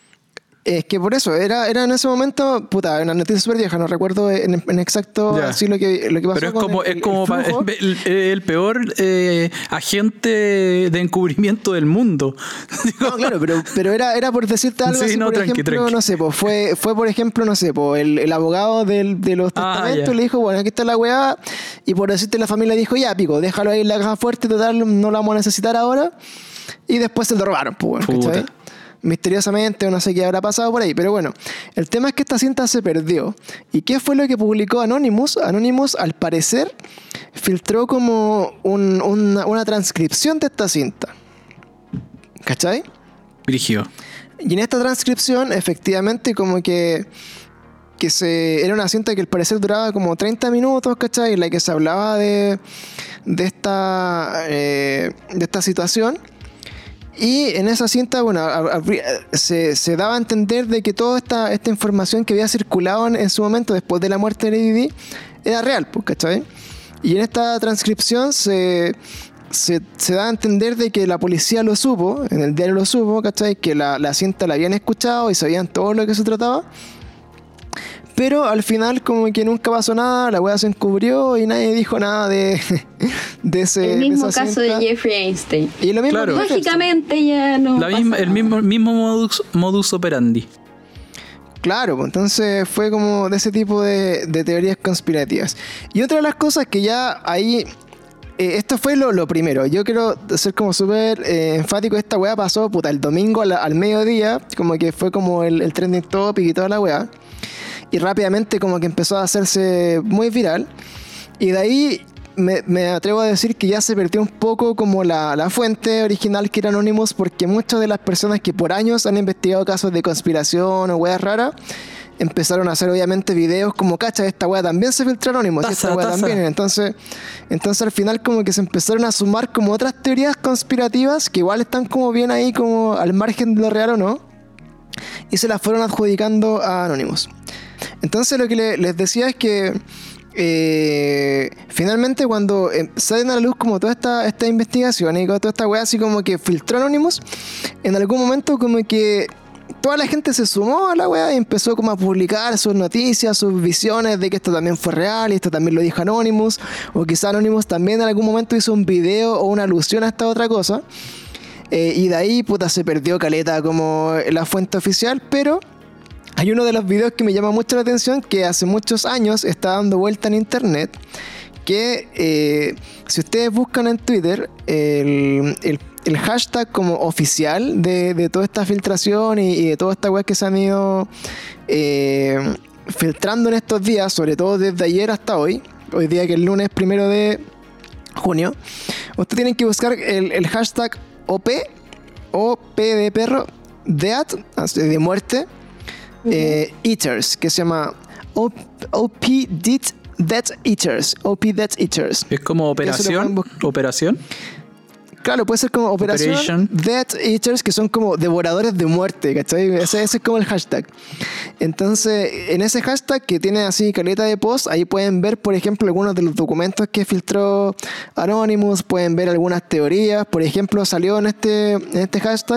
Es que por eso, era, era en ese momento, puta, una noticia súper vieja, no recuerdo en, en exacto así lo que, lo que pasó. Pero es como, el, es como el, el, el peor eh, agente de encubrimiento del mundo. No, claro, pero, pero era, era por decirte algo, sí, así, no, por tranqui, ejemplo, tranqui. no sé, pues fue, fue por ejemplo, no sé, pues el, el abogado del, de los testamentos ah, yeah. le dijo, bueno, aquí está la weá, y por decirte la familia dijo, ya, pico, déjalo ahí en la caja fuerte, total, no la vamos a necesitar ahora, y después se lo robaron, pues, bueno, ¿cachai? Misteriosamente, o no sé qué habrá pasado por ahí, pero bueno, el tema es que esta cinta se perdió. ¿Y qué fue lo que publicó Anonymous? Anonymous, al parecer, filtró como un, una, una transcripción de esta cinta. ¿Cachai? Dirigió. Y en esta transcripción, efectivamente, como que, que se, era una cinta que al parecer duraba como treinta minutos, ¿cachai? En la que se hablaba de, de, esta, eh, de esta situación. Y en esa cinta, bueno, se, se daba a entender de que toda esta, esta información que había circulado en, en su momento después de la muerte de Lady Di era real, pues, ¿cachai? Y en esta transcripción se, se, se da a entender de que la policía lo supo, en el diario lo supo, ¿cachai? Que la, la cinta la habían escuchado y sabían todo lo que se trataba. Pero al final como que nunca pasó nada, la weá se encubrió y nadie dijo nada de, de ese... El mismo de esa caso cinta. de Jeffrey Einstein. Y lo mismo claro. Lógicamente ya no la misma, El mismo, mismo modus, modus operandi. Claro, pues entonces fue como de ese tipo de, de teorías conspirativas. Y otra de las cosas que ya ahí... Eh, esto fue lo, lo primero. Yo quiero ser como súper eh, enfático. Esta weá pasó, puta, el domingo al, al mediodía. Como que fue como el, el trending topic y toda la weá. Y rápidamente como que empezó a hacerse muy viral. Y de ahí me, me atrevo a decir que ya se perdió un poco como la, la fuente original que era Anonymous, porque muchas de las personas que por años han investigado casos de conspiración o weas raras empezaron a hacer obviamente videos como, cacha, esta wea también se filtró Anonymous, taza, esta wea taza. también. Entonces, entonces al final como que se empezaron a sumar como otras teorías conspirativas que igual están como bien ahí como al margen de lo real o no, y se las fueron adjudicando a Anonymous. Entonces lo que le, les decía es que eh, finalmente cuando eh, salen a la luz como toda esta, esta investigación y toda esta weá así como que filtró Anonymous, en algún momento como que toda la gente se sumó a la weá y empezó como a publicar sus noticias, sus visiones de que esto también fue real y esto también lo dijo Anonymous, o quizá Anonymous también en algún momento hizo un video o una alusión a esta otra cosa, eh, y de ahí puta se perdió caleta como la fuente oficial. Pero hay uno de los videos que me llama mucho la atención, que hace muchos años está dando vuelta en internet, que eh, si ustedes buscan en Twitter el, el, el hashtag como oficial de, de toda esta filtración y, y de todas estas webs que se han ido eh, filtrando en estos días, sobre todo desde ayer hasta hoy, hoy día que es el lunes primero de junio, ustedes tienen que buscar el, el hashtag O P, O P de perro, Death, de muerte, Uh-huh. Eh, Eaters, que se llama O P Death Eaters. O P Death Eaters. Es como operación. Operación. Claro, puede ser como Operación Operation. Death Eaters, que son como devoradores de muerte, ¿cachai? Ese, ese es como el hashtag. Entonces, en ese hashtag que tiene así caleta de post, ahí pueden ver, por ejemplo, algunos de los documentos que filtró Anonymous, pueden ver algunas teorías. Por ejemplo, salió en este, en este hashtag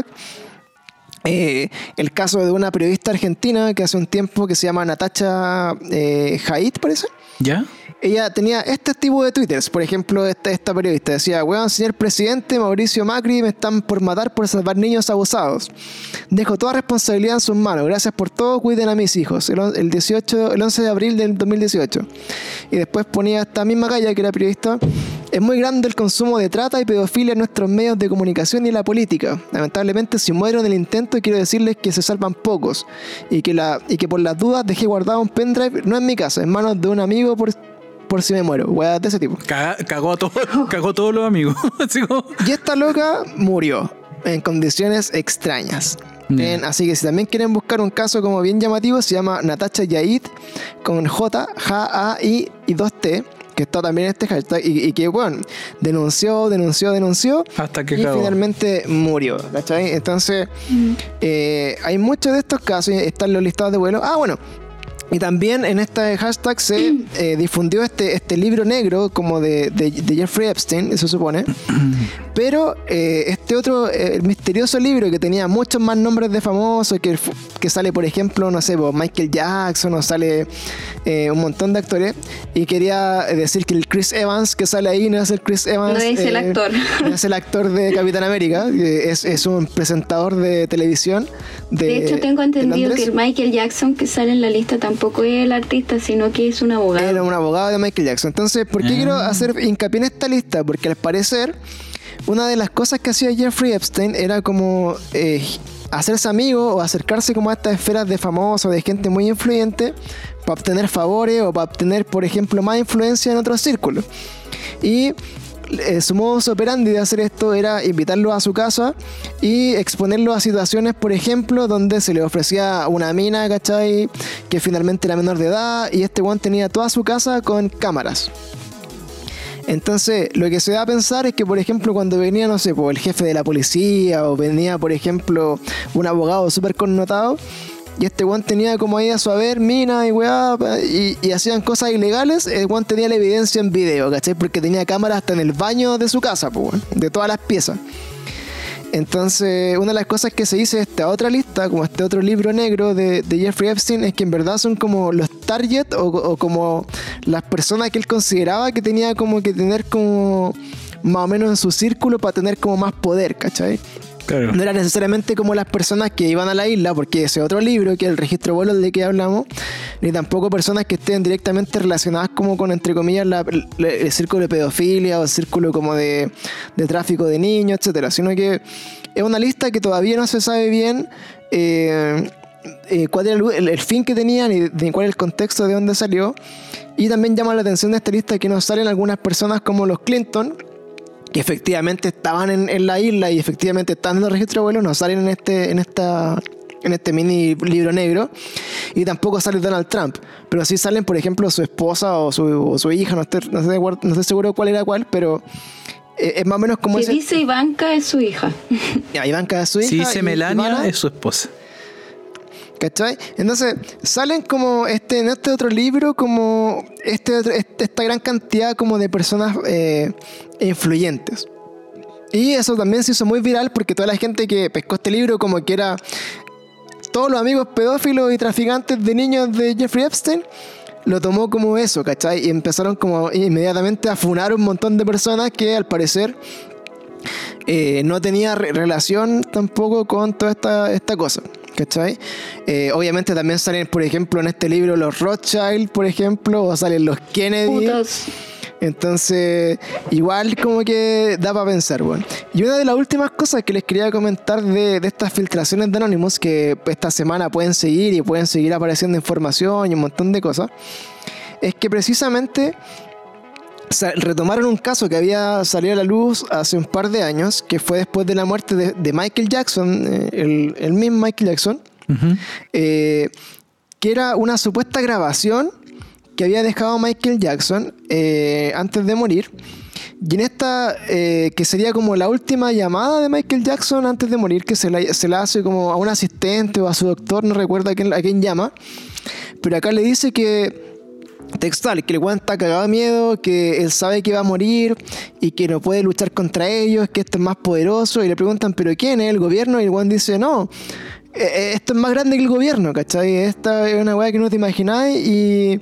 eh, el caso de una periodista argentina que hace un tiempo que se llama Natacha eh, Haidt, parece. ¿Ya? Ella tenía este tipo de twitters. Por ejemplo, esta, esta periodista decía: weón, señor presidente, Mauricio Macri me están por matar por salvar niños abusados. Dejo toda responsabilidad en sus manos. Gracias por todo, cuiden a mis hijos. El, el, dieciocho, el once de abril del dos mil dieciocho. Y después ponía esta misma galla, que era periodista: es muy grande el consumo de trata y pedofilia en nuestros medios de comunicación y en la política. Lamentablemente, si muero en el intento, quiero decirles que se salvan pocos. Y que, la, y que por las dudas dejé guardado un pendrive, no en mi casa, en manos de un amigo por... por si me muero, weá, de ese tipo. Caga, cagó a todo, cagó a todos los amigos. Así como... Y esta loca murió en condiciones extrañas. Mm. En, así que si también quieren buscar un caso como bien llamativo, se llama Natacha Haidt con J, J, A, I y dos T, que está también en este hashtag, y, y que, bueno, denunció, denunció, denunció, hasta que y cagó. Finalmente murió, ¿cachai? Entonces, mm. eh, hay muchos de estos casos, están los listados de vuelo. Ah, bueno. Y también en este hashtag se eh, difundió este, este libro negro como de, de, de Jeffrey Epstein, se supone. Pero eh, este otro eh, misterioso libro que tenía muchos más nombres de famosos, que, que sale, por ejemplo, no sé, Michael Jackson, o sale eh, un montón de actores. Y quería decir que el Chris Evans que sale ahí no es el Chris Evans. No es eh, el actor. No es el actor de Capitán América, que es, es un presentador de televisión. De, de hecho, tengo entendido que el Michael Jackson que sale en la lista tampoco es el artista, sino que es un abogado. Era un abogado de Michael Jackson. Entonces, ¿por qué ah. quiero hacer hincapié en esta lista? Porque al parecer, una de las cosas que hacía Jeffrey Epstein era como eh, hacerse amigo o acercarse como a estas esferas de famosos, de gente muy influyente, para obtener favores o para obtener, por ejemplo, más influencia en otros círculos. Y Eh, su modus operandi de hacer esto era invitarlo a su casa y exponerlo a situaciones, por ejemplo, donde se le ofrecía una mina, ¿cachai? Que finalmente era menor de edad, y este weón tenía toda su casa con cámaras. Entonces, lo que se da a pensar es que, por ejemplo, cuando venía, no sé, pues, el jefe de la policía, o venía, por ejemplo, un abogado súper connotado, y este weón tenía como ahí a su haber mina y weá, y, y hacían cosas ilegales, el weón tenía la evidencia en video, ¿cachai? Porque tenía cámaras hasta en el baño de su casa, pues, weón, de todas las piezas. Entonces, una de las cosas que se dice de esta otra lista, como este otro libro negro de, de Jeffrey Epstein, es que en verdad son como los target o, o como las personas que él consideraba que tenía como que tener como más o menos en su círculo para tener como más poder, ¿cachai? Claro. No era necesariamente como las personas que iban a la isla, porque ese otro libro, que es el registro de vuelos de que hablamos, ni tampoco personas que estén directamente relacionadas como con, entre comillas, la, la, el círculo de pedofilia o el círculo como de, de tráfico de niños, etcétera, sino que es una lista que todavía no se sabe bien eh, eh, cuál era el, el fin que tenía, ni, ni cuál es el contexto de dónde salió. Y también llama la atención de esta lista que nos salen algunas personas como los Clinton, que efectivamente estaban en, en la isla y efectivamente están en el registro de vuelos, no salen en este, en esta, en este mini libro negro, y tampoco sale Donald Trump, pero sí salen, por ejemplo, su esposa o su, o su hija, no estoy, no, estoy, no estoy seguro cuál era cuál, pero eh, es más o menos como si ese... dice Ivanka es su hija. Ya, Ivanka es su hija. Si dice y Melania Ivana, es su esposa. ¿cachai? Entonces salen como este, en este otro libro como este, otro, este esta gran cantidad como de personas eh, influyentes, y eso también se hizo muy viral porque toda la gente que pescó este libro como que era todos los amigos pedófilos y traficantes de niños de Jeffrey Epstein, lo tomó como eso, ¿cachai? Y empezaron como inmediatamente a funar un montón de personas que al parecer eh, no tenía re- relación tampoco con toda esta, esta cosa, ¿cachai? Eh, obviamente también salen, por ejemplo, en este libro los Rothschild, por ejemplo, o salen los Kennedy. Putos. Entonces, igual como que da para pensar, bueno. Y una de las últimas cosas que les quería comentar de, de estas filtraciones de Anonymous, que esta semana pueden seguir y pueden seguir apareciendo información y un montón de cosas, es que precisamente retomaron un caso que había salido a la luz hace un par de años, que fue después de la muerte de, de Michael Jackson, eh, el, el mismo Michael Jackson. Uh-huh. eh, que era una supuesta grabación que había dejado Michael Jackson eh, antes de morir. Y en esta, eh, que sería como la última llamada de Michael Jackson antes de morir, que se la, se la hace como a un asistente o a su doctor, no recuerdo a quién, a quién llama, pero acá le dice que, textual, que el weón está cagado de miedo, que él sabe que va a morir y que no puede luchar contra ellos, que esto es más poderoso, y le preguntan, ¿pero quién es el gobierno? Y el weón dice, no, eh, esto es más grande que el gobierno, ¿cachai? Esta es una weá que no te imagináis y...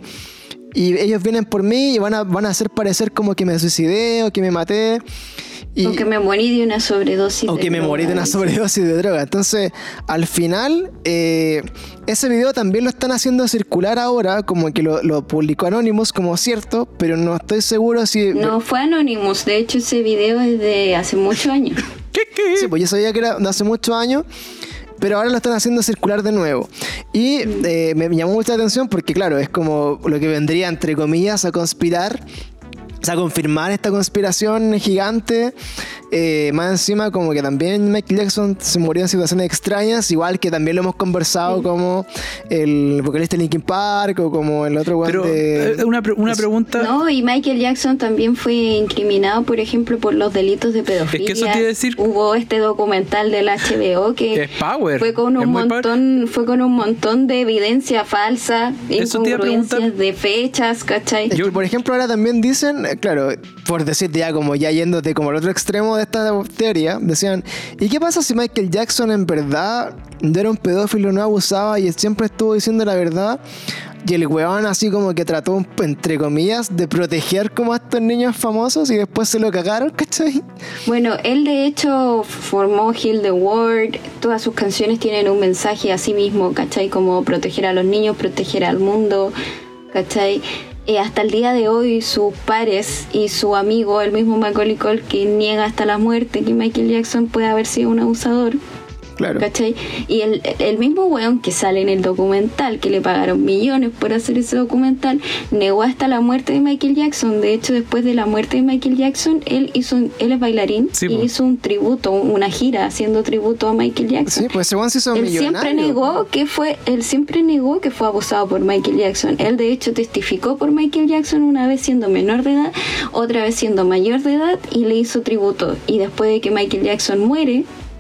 Y ellos vienen por mí y van a, van a hacer parecer como que me suicidé o que me maté. Y, o que me morí de una sobredosis o de que me droga, morí de una sobredosis de droga. Entonces, al final, eh, ese video también lo están haciendo circular ahora, como que lo, lo publicó Anonymous como cierto, pero no estoy seguro si... No fue Anonymous, de hecho ese video es de hace muchos años. ¿Qué, qué? Sí, pues yo sabía que era de hace muchos años, pero ahora lo están haciendo circular de nuevo. Y eh, me llamó mucha atención porque, claro, es como lo que vendría, entre comillas, a conspirar, o sea, a confirmar esta conspiración gigante. Eh, más encima, como que también Michael Jackson se murió en situaciones extrañas, igual que también lo hemos conversado, sí, como el vocalista de Linkin Park o como el otro Pero de... una, una pregunta... No, y Michael Jackson también fue incriminado, por ejemplo, por los delitos de pedofilia. Es que eso te iba a decir... Hubo este documental del H B O que es power. fue con un montón fue con un montón de evidencia falsa, incongruencias de fechas, ¿cachai? Es que, por ejemplo, ahora también dicen, claro, por decirte ya como ya yéndote como al otro extremo de esta teoría, decían, ¿y qué pasa si Michael Jackson en verdad no era un pedófilo, no abusaba y él siempre estuvo diciendo la verdad? Y el weón así como que trató, entre comillas, de proteger como a estos niños famosos y después se lo cagaron, ¿cachai? Bueno, él de hecho formó Heal the World, todas sus canciones tienen un mensaje a sí mismo, ¿cachai? Como proteger a los niños, proteger al mundo, ¿cachai? Eh, hasta el día de hoy sus pares y su amigo, el mismo Macaulay Culkin, niega hasta la muerte que Michael Jackson puede haber sido un abusador. Claro. ¿Cachai? Y el, el mismo weón que sale en el documental, que le pagaron millones por hacer ese documental, negó hasta la muerte de Michael Jackson. De hecho, después de la muerte de Michael Jackson, él hizo un, él es bailarín, sí, y pues hizo un tributo, una gira haciendo tributo a Michael Jackson. Sí, pues ese weón se hizo él millonario. Siempre negó que fue, él siempre negó que fue abusado por Michael Jackson. Él de hecho testificó por Michael Jackson una vez siendo menor de edad, otra vez siendo mayor de edad, y le hizo tributo. Y después de que Michael Jackson muere,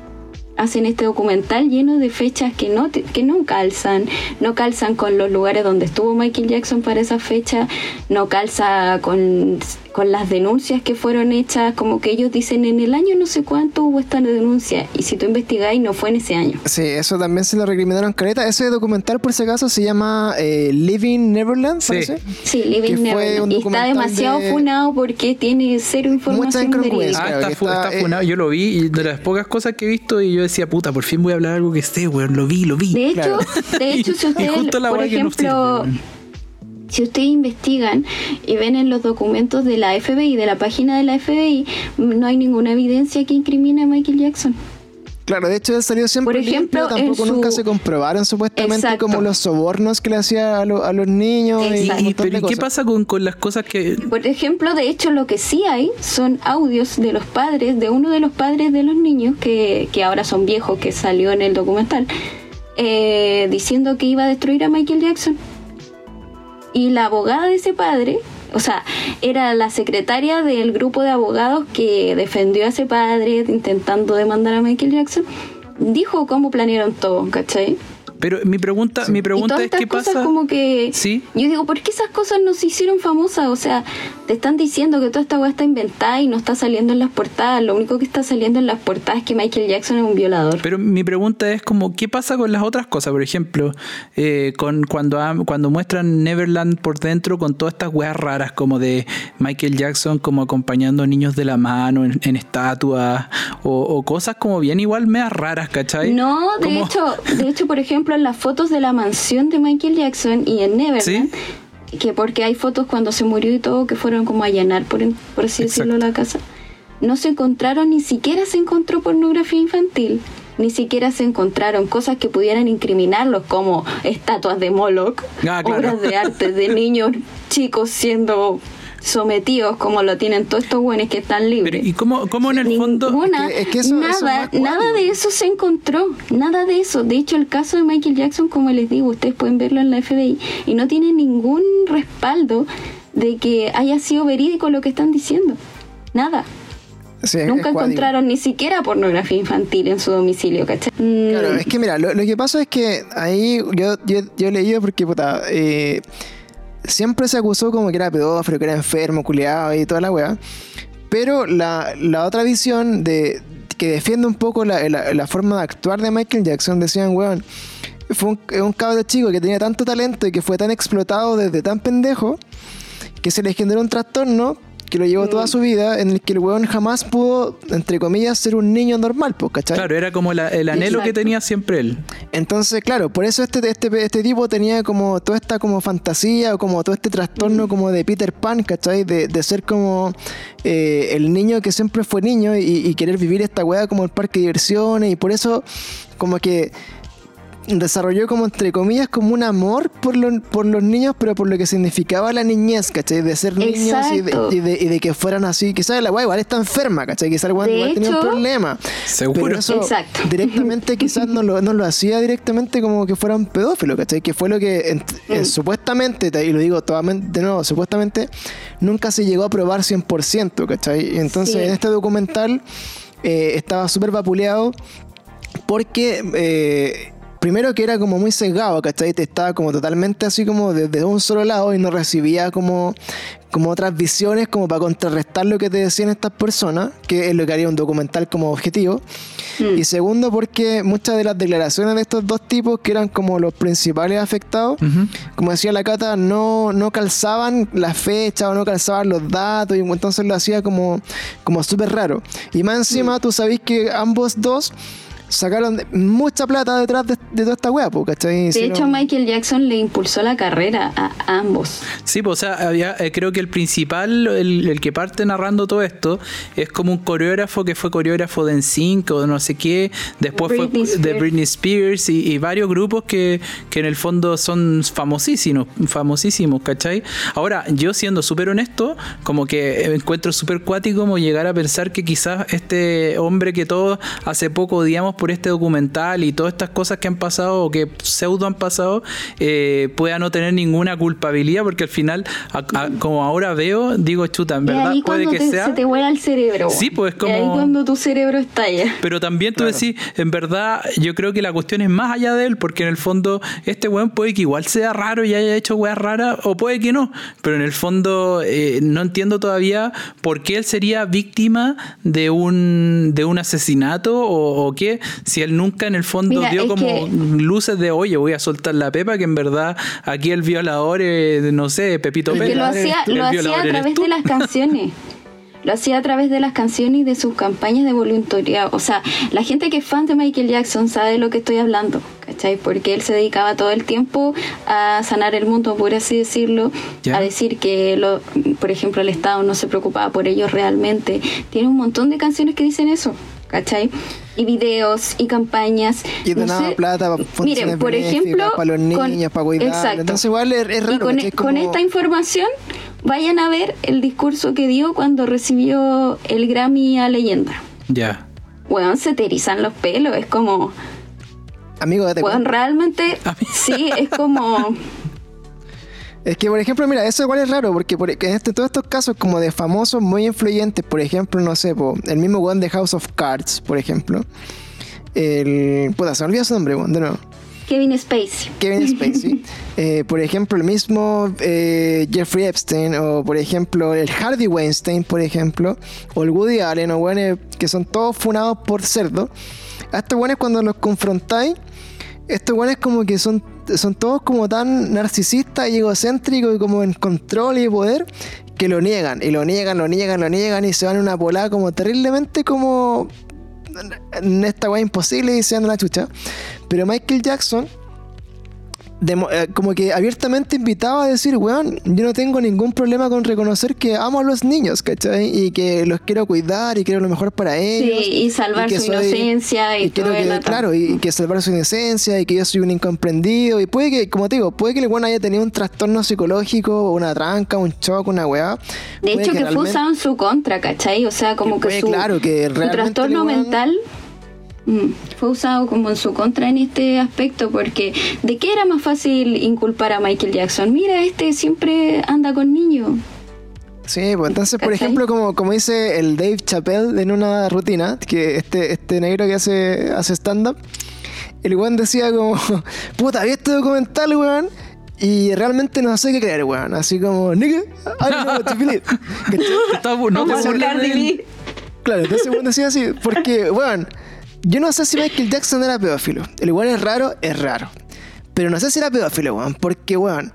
hacen este documental lleno de fechas que no que no calzan, no calzan con los lugares donde estuvo Michael Jackson para esa fecha, no calza con, con las denuncias que fueron hechas, como que ellos dicen en el año no sé cuánto hubo esta denuncia, y si tú investigáis no fue en ese año. Sí, eso también se lo recriminaron caleta. Ese documental, por si acaso, se llama eh, Living Neverland, sí, parece. Sí, Living Neverland, y está demasiado de... funado porque tiene cero información verídica. Ah, está, está, está funado, eh... yo lo vi, y de las pocas cosas que he visto, y yo decía, puta, por fin voy a hablar algo que sé, weón, lo vi, lo vi. De hecho, claro. de hecho si ustedes, por ejemplo, no si ustedes investigan y ven en los documentos de la F B I, de la página de la F B I, no hay ninguna evidencia que incrimine a Michael Jackson. Claro, de hecho él salió siempre por ejemplo, limpio, tampoco su... nunca se comprobaron supuestamente Exacto. como los sobornos que le hacía a, lo, a los niños. Exacto. Y, y, pero ¿y qué pasa con, con las cosas que...? Por ejemplo, de hecho lo que sí hay son audios de los padres, de uno de los padres de los niños, que, que ahora son viejos, que salió en el documental, eh, diciendo que iba a destruir a Michael Jackson. Y la abogada de ese padre, o sea, era la secretaria del grupo de abogados que defendió a ese padre intentando demandar a Michael Jackson, dijo cómo planearon todo, ¿cachai? Pero mi pregunta, sí. mi pregunta es qué pasa. Como que ¿Sí? Yo digo, ¿por qué esas cosas no se hicieron famosas? O sea, te están diciendo que toda esta weá está inventada y no está saliendo en las portadas. Lo único que está saliendo en las portadas es que Michael Jackson es un violador. Pero mi pregunta es como, ¿qué pasa con las otras cosas? Por ejemplo, eh, con cuando cuando muestran Neverland por dentro con todas estas weas raras como de Michael Jackson como acompañando a niños de la mano en, en estatuas o, o cosas como bien igual meas raras, ¿cachai? No, de como... hecho, de hecho, por ejemplo, en las fotos de la mansión de Michael Jackson y en Neverland, ¿sí? Que porque hay fotos cuando se murió y todo que fueron como a allanar, por, por así Exacto. decirlo, la casa, no se encontraron, ni siquiera se encontró pornografía infantil, ni siquiera se encontraron cosas que pudieran incriminarlos como estatuas de Moloch, ah, claro. obras de arte de niños chicos siendo sometidos como lo tienen todos estos buenos que están libres. Pero, ¿y cómo, cómo en el fondo? Ninguna, es que, es que eso, nada, eso es más nada de eso se encontró, nada de eso. De hecho, el caso de Michael Jackson, como les digo, ustedes pueden verlo en la F B I y no tiene ningún respaldo de que haya sido verídico lo que están diciendo. Nada. Sí, Nunca es encontraron ni siquiera pornografía infantil en su domicilio, ¿cachai? Mm. Claro, es que mira, lo, lo que pasa es que ahí yo, yo, yo he leído porque, puta, eh, siempre se acusó como que era pedófilo, que era enfermo, culiado y toda la weá. Pero la, la otra visión de que defiende un poco la, la, la forma de actuar de Michael Jackson, decían, weón, fue un, un cabro chico que tenía tanto talento y que fue tan explotado desde tan pendejo que se le generó un trastorno que lo llevó toda su vida, en el que el weón jamás pudo, entre comillas, ser un niño normal, pues, ¿cachai? Claro, era como la, el anhelo Exacto. que tenía siempre él. Entonces, claro, por eso este, este, este tipo tenía como toda esta como fantasía o como todo este trastorno como de Peter Pan, ¿cachai? De, de ser como eh, el niño que siempre fue niño y, y querer vivir esta weá como el parque de diversiones, y por eso como que desarrolló como entre comillas como un amor por, lo, por los niños, pero por lo que significaba la niñez, ¿cachai? De ser niños y de, y, de, y de que fueran así. Quizás la weá igual está enferma, ¿cachai? Quizás el weón igual tenía un problema. Seguro. Pero eso Exacto. directamente quizás no lo, no lo hacía directamente como que fuera un pedófilo, ¿cachai? Que fue lo que en, en, Mm. supuestamente, y lo digo totalmente de nuevo, supuestamente nunca se llegó a probar cien por ciento, ¿cachai? Y entonces Sí. en este documental eh, estaba súper vapuleado porque... Eh, primero que era como muy sesgado, ¿cachai? Te estaba como totalmente así como desde un solo lado y no recibía como, como otras visiones como para contrarrestar lo que te decían estas personas, que es lo que haría un documental como objetivo. Mm. Y segundo porque muchas de las declaraciones de estos dos tipos, que eran como los principales afectados, uh-huh. como decía la Cata, no, no calzaban la fecha o no calzaban los datos, y entonces lo hacía como, como súper raro. Y más encima, mm. tú sabés que ambos dos sacaron mucha plata detrás de, de toda esta wea, ¿cachai? De Hicieron... hecho, Michael Jackson le impulsó la carrera a, a ambos. Sí, pues, o sea, había, eh, creo que el principal, el, el que parte narrando todo esto, es como un coreógrafo que fue coreógrafo de N Sync o no sé qué, después Britney fue de Britney Spears y, y varios grupos que, que en el fondo son famosísimos, famosísimos, ¿cachai? Ahora, yo siendo súper honesto, como que encuentro súper cuático como llegar a pensar que quizás este hombre que todos hace poco odiamos por este documental y todas estas cosas que han pasado o que pseudo han pasado, eh, pueda no tener ninguna culpabilidad, porque al final, a, a, como ahora veo, digo, chuta, en verdad puede que te, sea... se te vuela el cerebro. Sí, pues como... Y ahí cuando tu cerebro estalla. Pero también tú claro. decís, en verdad, yo creo que la cuestión es más allá de él, porque en el fondo este weón puede que igual sea raro y haya hecho weas raras, o puede que no, pero en el fondo eh, no entiendo todavía por qué él sería víctima de un, de un asesinato o, o qué, si él nunca en el fondo Mira, dio como que... luces de, oye, voy a soltar la pepa, que en verdad aquí el violador es, no sé, Pepito Pérez. Que lo hacía, lo hacía a través de las canciones. Lo hacía a través de las canciones y de sus campañas de voluntariado. O sea, la gente que es fan de Michael Jackson sabe de lo que estoy hablando, ¿cachai? Porque él se dedicaba todo el tiempo a sanar el mundo, por así decirlo, ¿ya? A decir que, lo, por ejemplo, el Estado no se preocupaba por ellos realmente. Tiene un montón de canciones que dicen eso, ¿cachai? Y videos y campañas. Y donaba no sé, plata para miren, por ejemplo, para los niños, con, para cuidar. Exacto. Entonces igual es, es raro. Y con, es con como... esta información, vayan a ver el discurso que dio cuando recibió el Grammy a Leyenda. Ya. Yeah. Weón, se te erizan los pelos, es como... Amigo, date Weón, cuenta. realmente, sí, es como... Es que, por ejemplo, mira, eso igual es raro, porque por, en este, todos estos casos como de famosos muy influyentes, por ejemplo, no sé, po, el mismo weón de House of Cards, por ejemplo. El... Puta, se me olvidó su nombre, weón, de nuevo. Kevin Spacey. Kevin Spacey. eh, por ejemplo, el mismo eh, Jeffrey Epstein, o por ejemplo, el Harvey Weinstein, por ejemplo, o el Woody Allen, o weones que son todos funados por cerdo. A estos weones cuando los confrontáis, estos weones como que son son todos como tan narcisistas y egocéntricos y como en control y poder, que lo niegan, y lo niegan, lo niegan, lo niegan, y se van en una volada como terriblemente como en esta weá imposible y se dan la chucha. Pero Michael Jackson demo- eh, como que abiertamente invitaba a decir, weón, yo no tengo ningún problema con reconocer que amo a los niños, ¿cachai? Y que los quiero cuidar y quiero lo mejor para ellos. Sí, y salvar que su soy- inocencia y, y todo quiero el que, otro. claro, y que salvar su inocencia y que yo soy un incomprendido. Y puede que, como te digo, puede que el weón haya tenido un trastorno psicológico, una tranca, un shock, una weá. De Puede hecho, que, fue realmente- usado en su contra, ¿cachai? O sea, como Que que puede, su, claro, que su realmente trastorno el weón- mental mm, fue usado como en su contra en este aspecto, porque ¿de qué era más fácil inculpar a Michael Jackson? Mira, este siempre anda con niños. Sí, pues entonces, por ¿Cachai? ejemplo, como, como dice el Dave Chappelle en una rutina, que este, este negro que hace, hace stand-up, el weón decía como, puta, vi este documental, weón, y realmente no sé qué creer, weón. Así como, nigga, I don't know what to believe. ¿Cachai? Está bu- no Como te la burles Cardi de él. B. Claro, entonces weón decía así, porque, weón, yo no sé si Michael Jackson era pedófilo. El weón es raro, es raro. Pero no sé si era pedófilo, weón, porque, weón,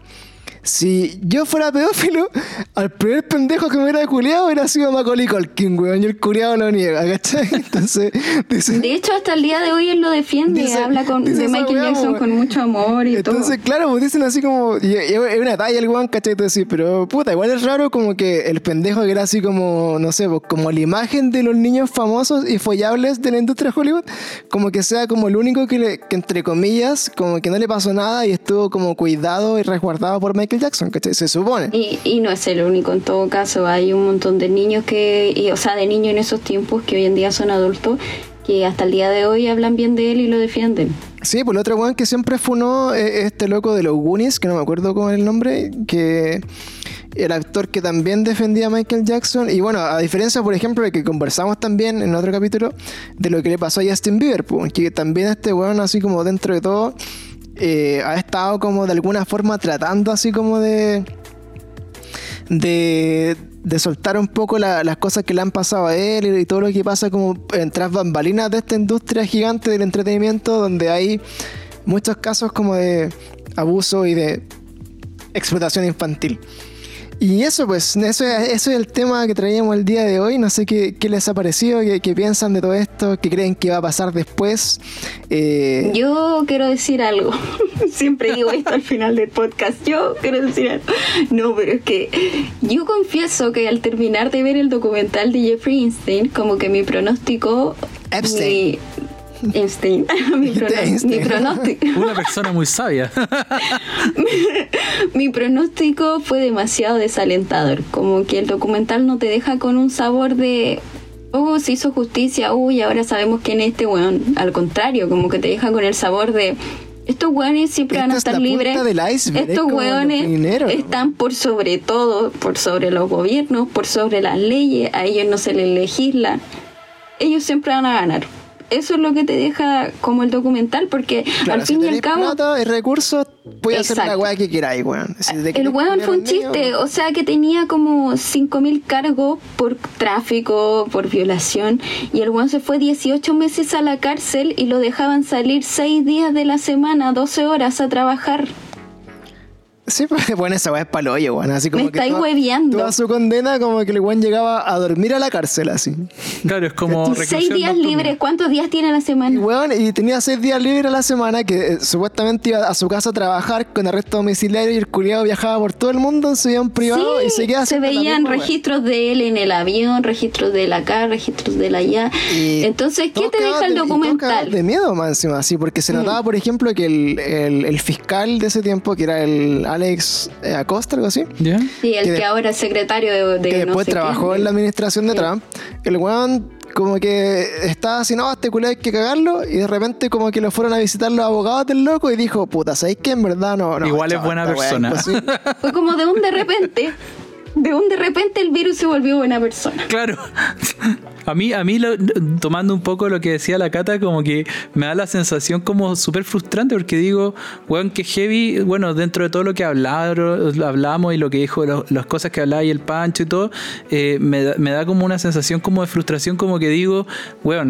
si yo fuera pedófilo, al primer pendejo que me hubiera culiado hubiera sido Macaulay Culkin, weón, y el culiado lo niega, ¿cachai? Entonces, dice... De hecho, hasta el día de hoy él lo defiende, Dice- habla con, dice de esa Michael weá, Jackson weón. con mucho amor y Entonces, todo. claro, pues dicen así como, y- y es una talla el weón, ¿cachai? Tú decís, pero puta, igual es raro como que el pendejo que era así como, no sé, pues, como la imagen de los niños famosos y follables de la industria de Hollywood, como que sea como el único que, le, que entre comillas, como que no le pasó nada y estuvo como cuidado y resguardado por Michael Jackson, ¿cachai? Se supone. Y, y no es el único, en todo caso, hay un montón de niños que, y, o sea, de niños en esos tiempos que hoy en día son adultos, que hasta el día de hoy hablan bien de él y lo defienden. Sí, pues el otro weón que siempre funó es este loco de los Goonies, que no me acuerdo cómo es el nombre, que el actor que también defendía a Michael Jackson. Y bueno, a diferencia, por ejemplo, de que conversamos también en otro capítulo de lo que le pasó a Justin Bieber, pues, que también este weón, así como dentro de todo, eh, ha estado como de alguna forma tratando así como de... de, de soltar un poco la- las cosas que le han pasado a él y, y todo lo que pasa como en tras bambalinas de esta industria gigante del entretenimiento, donde hay muchos casos como de abuso y de explotación infantil. Y eso pues, eso es, eso es el tema que traíamos el día de hoy. No sé qué, qué les ha parecido, qué, qué piensan de todo esto, qué creen que va a pasar después. Eh, Yo quiero decir algo. Siempre digo esto al final del podcast. Yo quiero decir algo. No, pero es que yo confieso que al terminar de ver el documental de Jeffrey Epstein, como que mi pronóstico... Epstein. Mi, Epstein. mi, prono- Epstein. mi pronóstico... Una persona muy sabia. Mi pronóstico fue demasiado desalentador. Como que el documental no te deja con un sabor de... Oh, se hizo justicia, uy, ahora sabemos quién es este weón. Al contrario, como que te deja con el sabor de... Estos weones siempre van a Esta es estar la libres. punta del iceberg, es Estos como lo weones primero, ¿no? están por sobre todo, por sobre los gobiernos, por sobre las leyes. A ellos no se les legisla. Ellos siempre van a ganar. Eso es lo que te deja como el documental, porque claro, al fin si y al tenés cabo... plata y recursos, puedes hacer la Exacto. weá que queráis, weón. Si te El querés weón culiar fue un al niño, chiste, o sea que tenía como cinco mil cargos por tráfico, por violación, y el weón se fue dieciocho meses a la cárcel y lo dejaban salir seis días de la semana, doce horas a trabajar. Sí, pues, bueno, esa weá es palo hoyo, weón. Así como Me que estáis toda- hueveando. Toda su condena, como que el weón llegaba a dormir a la cárcel, así. Claro, es como Y reclusión seis días nocturna. libres, ¿cuántos días tiene a la Y semana? weón, y tenía seis días libres a la semana, que eh, supuestamente iba a su casa a trabajar con arresto domiciliario y el culiado viajaba por todo el mundo en su avión privado y se queda se haciendo la veían misma weá. registros de él en el avión, registros de él acá, registros de él allá. Y Entonces, ¿qué todos te deja cagados el de- y todos cagados documental? de miedo más encima, así, porque se notaba, por ejemplo, que el, el, el fiscal de ese tiempo, que era el Alex eh, Acosta, algo así, ¿Ya? Sí, el que que, de- ahora es secretario de, de que no después sé trabajó quién. en la administración de Sí. Trump, el weón como que estaba así, no, este culiado hay que cagarlo, y de repente como que lo fueron a visitar los abogados del loco y dijo, puta, ¿sabéis que en verdad no? no Igual es chaval, buena esta weá es persona. imposible"? Fue como de un de repente. De un de repente el virus se volvió buena persona. Claro. A mí, a mí lo- tomando un poco lo que decía la Cata, como que me da la sensación como súper frustrante porque digo, weón, que heavy, bueno, dentro de todo lo que hablaron, hablamos y lo que dijo, lo- las cosas que hablaba y el Pancho y todo, eh, me, da, me da como una sensación como de frustración, como que digo, weón,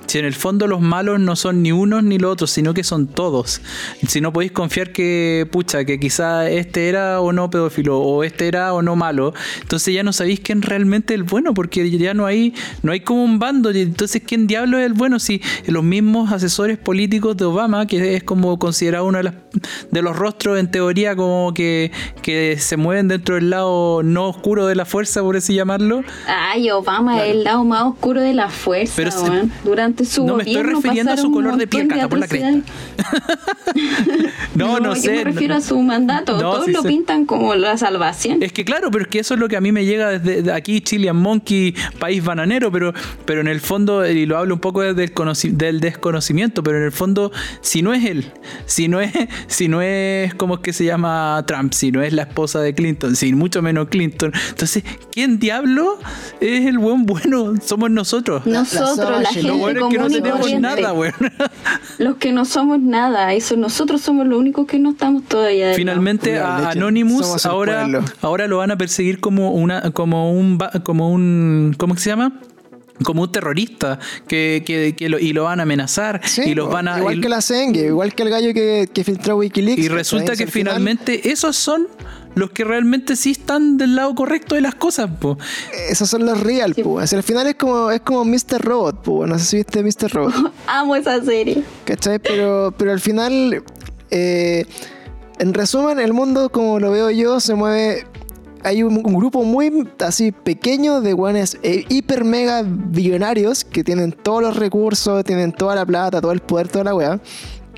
Si en el fondo los malos no son ni unos ni los otros, sino que son todos. Si no podéis confiar que, pucha, que quizá este era o no pedófilo, o este era o no malo, entonces ya no sabéis quién realmente es el bueno, porque ya no hay, no hay como un bando. Entonces, ¿quién diablo es el bueno? Si los mismos asesores políticos de Obama, que es como considerado uno de, las, de los rostros en teoría como que, que se mueven dentro del lado no oscuro de la fuerza, por así llamarlo. Ay, Obama claro. es el lado más oscuro de la fuerza, Pero se, durante su no gobierno me estoy refiriendo a su color de piel, Cata, por la cresta. no, no, no sé. Yo me refiero no, a su mandato. no, Todos sí lo sé. pintan como la salvación. Es que claro, pero es que eso es lo que a mí me llega desde aquí, Chilean Monkey, país bananero, pero, pero en el fondo, y lo hablo un poco desde el conoci- del desconocimiento, pero en el fondo, si no es él, si no es, si no es, ¿cómo es que se llama Trump? Si no es la esposa de Clinton, si mucho menos Clinton, entonces, ¿quién diablo es el buen bueno? Somos nosotros. Nosotros, la, la, la gente bueno común es que no y tenemos corriente. nada, bueno. Los que no somos nada, eso nosotros somos los únicos que no estamos todavía. Finalmente a Anonymous ahora, ahora lo van a perseguir como una, como un, como un, ¿cómo se llama? Como un terrorista que, que, que lo, y lo van a amenazar sí, y los van a igual y, que la Senge, igual que el gallo que, que filtró Wikileaks. Y resulta que finalmente final, esos son los que realmente sí están del lado correcto de las cosas, po. Esos son los real, sí. po. O sea, al final es como es como mister Robot, po. No sé si viste mister Robot. Amo esa serie. ¿Cachai? Pero, pero al final, eh, en resumen, el mundo como lo veo yo se mueve. Hay un, un grupo muy así pequeño de guanes eh, hiper mega billonarios que tienen todos los recursos, tienen toda la plata, todo el poder, toda la weá,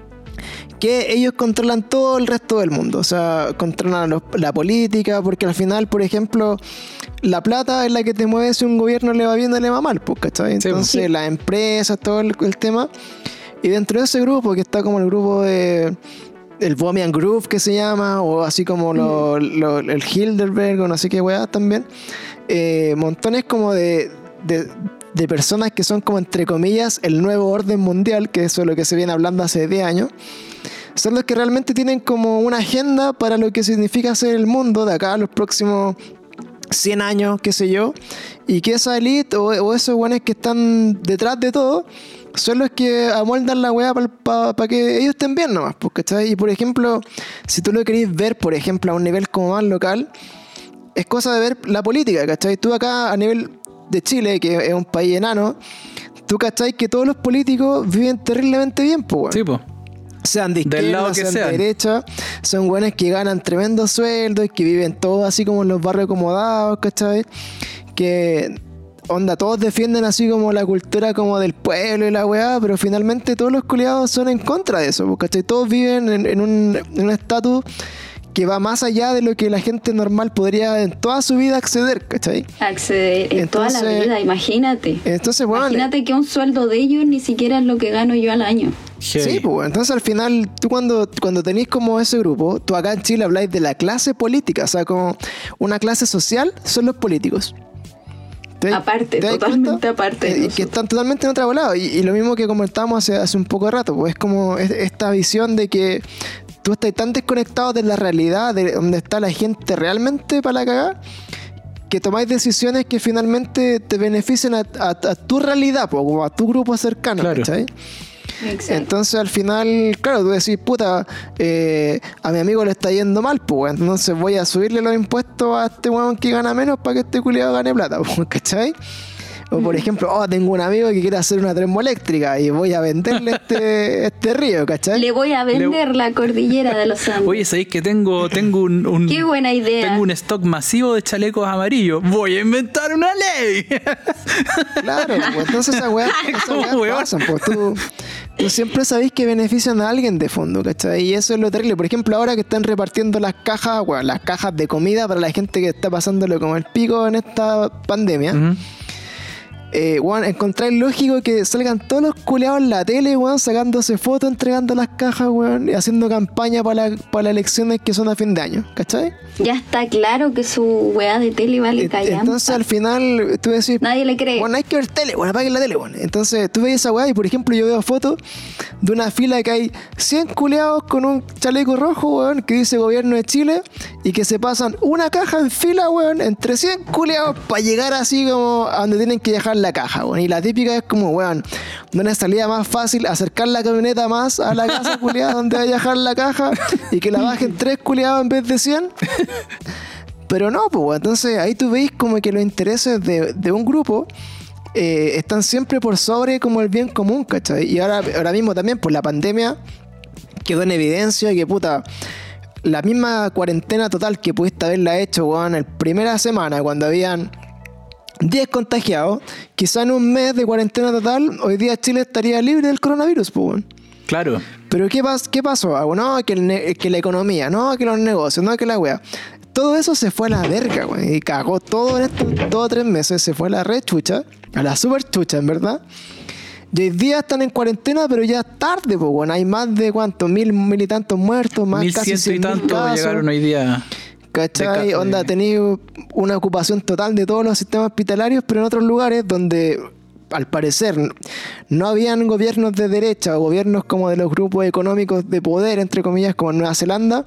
que ellos controlan todo el resto del mundo. O sea, controlan los, la política, porque al final, por ejemplo, la plata es la que te mueve si un gobierno le va bien o le va mal, pues, ¿cachai? Entonces, sí. las empresas, todo el, el tema. Y dentro de ese grupo, que está como el grupo de el Bohemian Groove que se llama, o así como lo, lo, el Hilderberg o no sé qué weá también, eh, montones como de, de, de personas que son como entre comillas el nuevo orden mundial, que eso es lo que se viene hablando hace diez años, son los que realmente tienen como una agenda para lo que significa ser el mundo de acá a los próximos cien años, qué sé yo, y que esa elite o, o esos buenos que están detrás de todo son los que amoldan la weá para pa, pa que ellos estén bien nomás, pues, ¿cachai? Y por ejemplo, si tú lo querés ver, por ejemplo, a un nivel como más local, es cosa de ver la política, ¿cachai? Tú acá a nivel de Chile, que es un país enano, tú, ¿cachai? Que todos los políticos viven terriblemente bien, pues, weón. Sí, pues. Sean de izquierda, del lado que sean, sean de derecha, son güeyes que ganan tremendos sueldos y que viven todos así como en los barrios acomodados, ¿cachai? Que onda, todos defienden así como la cultura como del pueblo y la weá, pero finalmente todos los culiados son en contra de eso, ¿cachai? Todos viven en, en un en un estatus que va más allá de lo que la gente normal podría en toda su vida acceder, ¿cachai? Acceder en entonces, toda la vida, imagínate. Entonces, bueno, imagínate que un sueldo de ellos ni siquiera es lo que gano yo al año. Hey. Sí, pues entonces al final tú cuando, cuando tenés como ese grupo, tú acá en Chile habláis de la clase política, o sea, como una clase social son los políticos. Aparte, totalmente cuenta? aparte. Eh, que están totalmente en otra volada. Y, y lo mismo que comentábamos hace, hace un poco de rato, pues es como es, esta visión de que tú estás tan desconectado de la realidad, de donde está la gente realmente para la cagada, que tomáis decisiones que finalmente te benefician a, a, a tu realidad, pues, como a tu grupo cercano, claro. ¿Cachai? Exacto. Entonces al final, claro, tú decís, puta, eh, a mi amigo le está yendo mal, pues, entonces voy a subirle los impuestos a este weón que gana menos para que este culiado gane plata, pues, ¿cachai? O por ejemplo, oh, tengo un amigo que quiere hacer una termoeléctrica y voy a venderle este, este río, ¿cachai? Le voy a vender Le... la cordillera de los Andes. Oye, ¿sabéis que tengo, tengo un, un... Qué buena idea. Tengo un stock masivo de chalecos amarillos. Voy a inventar una ley. Claro, pues entonces esa weá, esa weá pasan, pues tú... Tú siempre sabéis que benefician a alguien de fondo, ¿cachai? Y eso es lo terrible. Por ejemplo, ahora que están repartiendo las cajas, bueno, las cajas de comida para la gente que está pasándolo como el pico en esta pandemia. Uh-huh. Eh, bueno, encontráis lógico que salgan todos los culeados en la tele, weón, sacándose fotos, entregando las cajas, weón, y haciendo campaña para la, para las elecciones que son a fin de año, ¿cachai? Ya está claro que su weá de tele vale callampa. Entonces al final tú decís, nadie le cree. Bueno, hay que ver tele, bueno, apaguen la tele, bueno. Entonces tú ves esa weá y por ejemplo yo veo fotos de una fila que hay cien culeados con un chaleco rojo, weón, que dice Gobierno de Chile y que se pasan una caja en fila, weón, entre cien culeados para llegar así como a donde tienen que dejar dejan la caja, weón. Y la típica es como, weón, no es salida más fácil acercar la camioneta más a la casa culiada donde vaya a dejar la caja y que la bajen tres culiados en vez de cien. Pero no, pues, weón. Entonces ahí tú veis como que los intereses de, de un grupo eh, están siempre por sobre como el bien común, ¿cachai? Y ahora, ahora mismo también, pues la pandemia quedó en evidencia que, puta, la misma cuarentena total que pudiste haberla hecho, weón, en la primera semana cuando habían diez contagiados, quizá en un mes de cuarentena total, hoy día Chile estaría libre del coronavirus, pues, weón. Claro. Pero ¿qué, pas- qué pasó? Ah, no, que, el ne- que la economía, no, que los negocios, no, que la wea. Todo eso se fue a la verga, weón. Y cagó todo en estos dos o tres meses, se fue a la re chucha, a la super chucha, en verdad. Y hoy día están en cuarentena, pero ya es tarde, pues, weón. Hay más de cuántos, mil, mil y tantos muertos, más Mil casi ciento y cien mil tantos casos. llegaron hoy día. ¿Cachai? de ca- Onda, de- ha tenido una ocupación total de todos los sistemas hospitalarios, pero en otros lugares donde, al parecer, no habían gobiernos de derecha o gobiernos como de los grupos económicos de poder, entre comillas, como en Nueva Zelanda,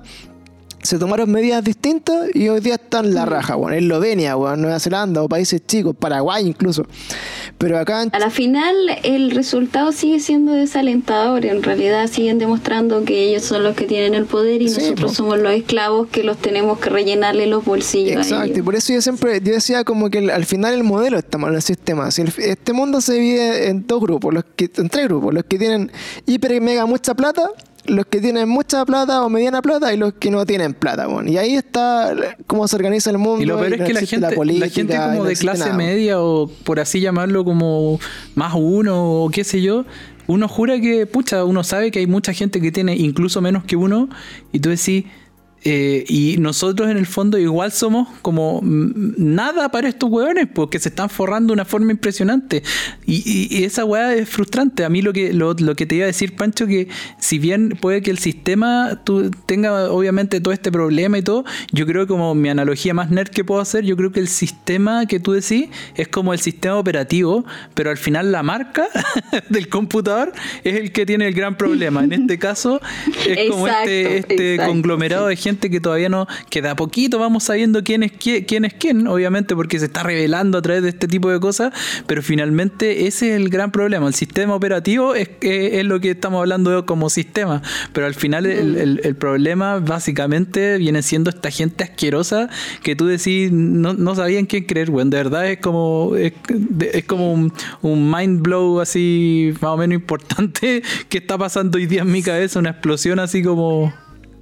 se tomaron medidas distintas y hoy día están la raja, bueno, Eslovenia, bueno, Nueva Zelanda o países chicos, Paraguay incluso. Pero acá en A la final el resultado sigue siendo desalentador. En realidad siguen demostrando que ellos son los que tienen el poder y Sí, nosotros po. somos los esclavos que los tenemos que rellenarle los bolsillos a Exacto, y ellos. por eso yo siempre yo decía como que el- al final el modelo está mal, el sistema. Si el- este mundo se divide en dos grupos, los que, en tres grupos, los que tienen hiper y mega mucha plata, los que tienen mucha plata o mediana plata y los que no tienen plata, bueno. Y ahí está cómo se organiza el mundo. Y lo peor y es no que la existe gente, la, política, gente y como no de existe clase nada. media o por así llamarlo como más uno o qué sé yo, uno jura que, pucha, uno sabe que hay mucha gente que tiene incluso menos que uno y tú decís, eh, y nosotros en el fondo igual somos como mm, nada para estos hueones porque se están forrando de una forma impresionante y, y- y esa hueá es frustrante. A mí lo que lo, lo que te iba a decir, Pancho, que si bien puede que el sistema tu- tenga obviamente todo este problema y todo, yo creo como mi analogía más nerd que puedo hacer, yo creo que el sistema que tú decís es como el sistema operativo, pero al final la marca del computador es el que tiene el gran problema. En este caso es como Exacto, este, este exacto, conglomerado sí. de gente que todavía no, que de a poquito vamos sabiendo quién es quién, quién es quién, obviamente porque se está revelando a través de este tipo de cosas, pero finalmente ese es el gran problema. El sistema operativo es, es, es lo que estamos hablando de como sistema, pero al final el, el, el problema básicamente viene siendo esta gente asquerosa que tú decís no, no sabían quién creer, güey. De verdad es como es, es como un, un mind blow así más o menos importante que está pasando hoy día en mi cabeza, una explosión así como...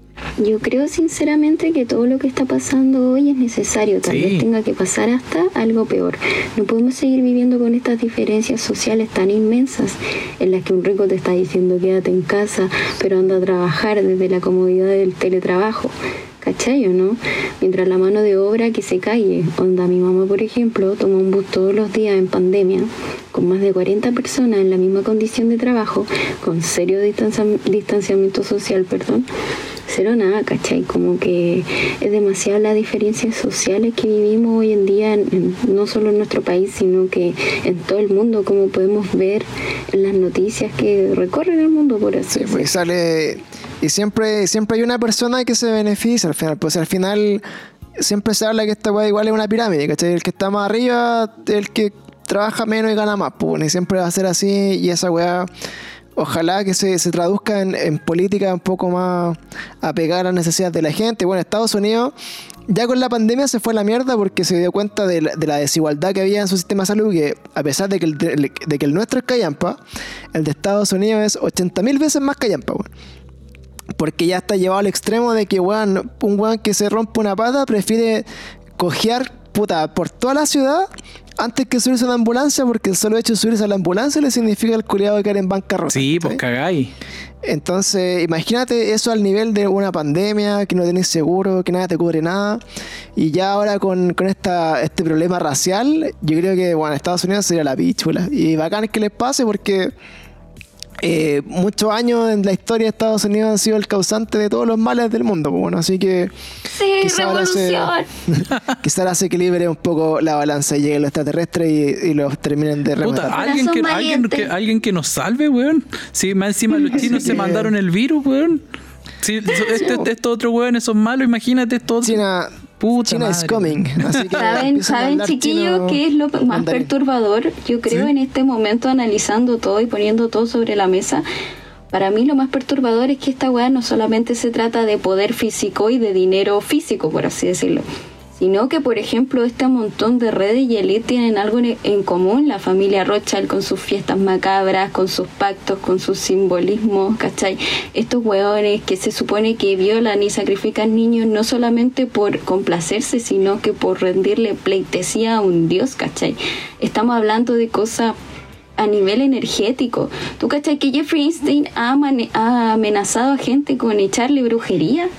Yo creo sinceramente que todo lo que está pasando hoy es necesario. Tal Sí. vez tenga que pasar hasta algo peor. No podemos seguir viviendo con estas diferencias sociales tan inmensas en las que un rico te está diciendo quédate en casa, pero anda a trabajar desde la comodidad del teletrabajo. ¿Cachai o no? Mientras la mano de obra que se calle. Onda, mi mamá, por ejemplo, toma un bus todos los días en pandemia con más de cuarenta personas en la misma condición de trabajo, con serio distancia- distanciamiento social, perdón. Cero nada, ¿cachai? Como que es demasiada las diferencias sociales que vivimos hoy en día, en- en- no solo en nuestro país, sino que en todo el mundo, como podemos ver en las noticias que recorren el mundo, por así Sí, pues y decirlo. sale. Y siempre, siempre hay una persona que se beneficia al final. Pues al final siempre se habla que esta weá igual es una pirámide, ¿cachai? El que está más arriba, el que trabaja menos y gana más, pues, y siempre va a ser así, y esa weá. Ojalá que se, se traduzca en, en política un poco más apegada a las necesidades de la gente. Bueno, Estados Unidos ya con la pandemia se fue a la mierda porque se dio cuenta de la, de la desigualdad que había en su sistema de salud, que a pesar de que el, de, de que el nuestro es callampa, el de Estados Unidos es ochenta mil veces más callampa, weón. Porque ya está llevado al extremo de que, weón, un weón que se rompe una pata prefiere cojear, puta, por toda la ciudad antes que subirse a una ambulancia, porque el solo hecho de subirse a la ambulancia le significa al culiado de caer en bancarrota. Sí, pues ¿sí? cagáis. Entonces, imagínate eso al nivel de una pandemia, que no tenés seguro, que nada te cubre nada. Y ya ahora con, con esta, este problema racial, yo creo que, bueno, Estados Unidos sería la pichula. Y bacán que les pase porque eh, muchos años en la historia de Estados Unidos han sido el causante de todos los males del mundo. Pues bueno, así que Sí, quizá ahora se, revolución. quizá ahora se equilibre un poco la balanza y lleguen los extraterrestres y, y los terminen de rematar. Puta, alguien que, Corazón alguien, valiente. que, alguien que nos salve, weón. Sí, más encima los chinos se que- mandaron el virus, weón. Sí, este, este- estos otros weones son malos, imagínate estos otros. China, Puta China madre. is coming. Así que ¿Saben, empiecen a ¿saben hablar chiquillos, chino qué es lo más mandarín. perturbador? Yo creo ¿Sí? en este momento, analizando todo y poniendo todo sobre la mesa, para mí lo más perturbador es que esta weá no solamente se trata de poder físico y de dinero físico, por así decirlo, sino que, por ejemplo, este montón de redes y elite tienen algo en, en común. La familia Rothschild con sus fiestas macabras, con sus pactos, con sus simbolismos, ¿cachai? Estos hueones que se supone que violan y sacrifican niños no solamente por complacerse, sino que por rendirle pleitesía a un dios, ¿cachai? Estamos hablando de cosas a nivel energético. ¿Tú cachai que Jeffrey Epstein ha, amane- ha amenazado a gente con echarle brujería?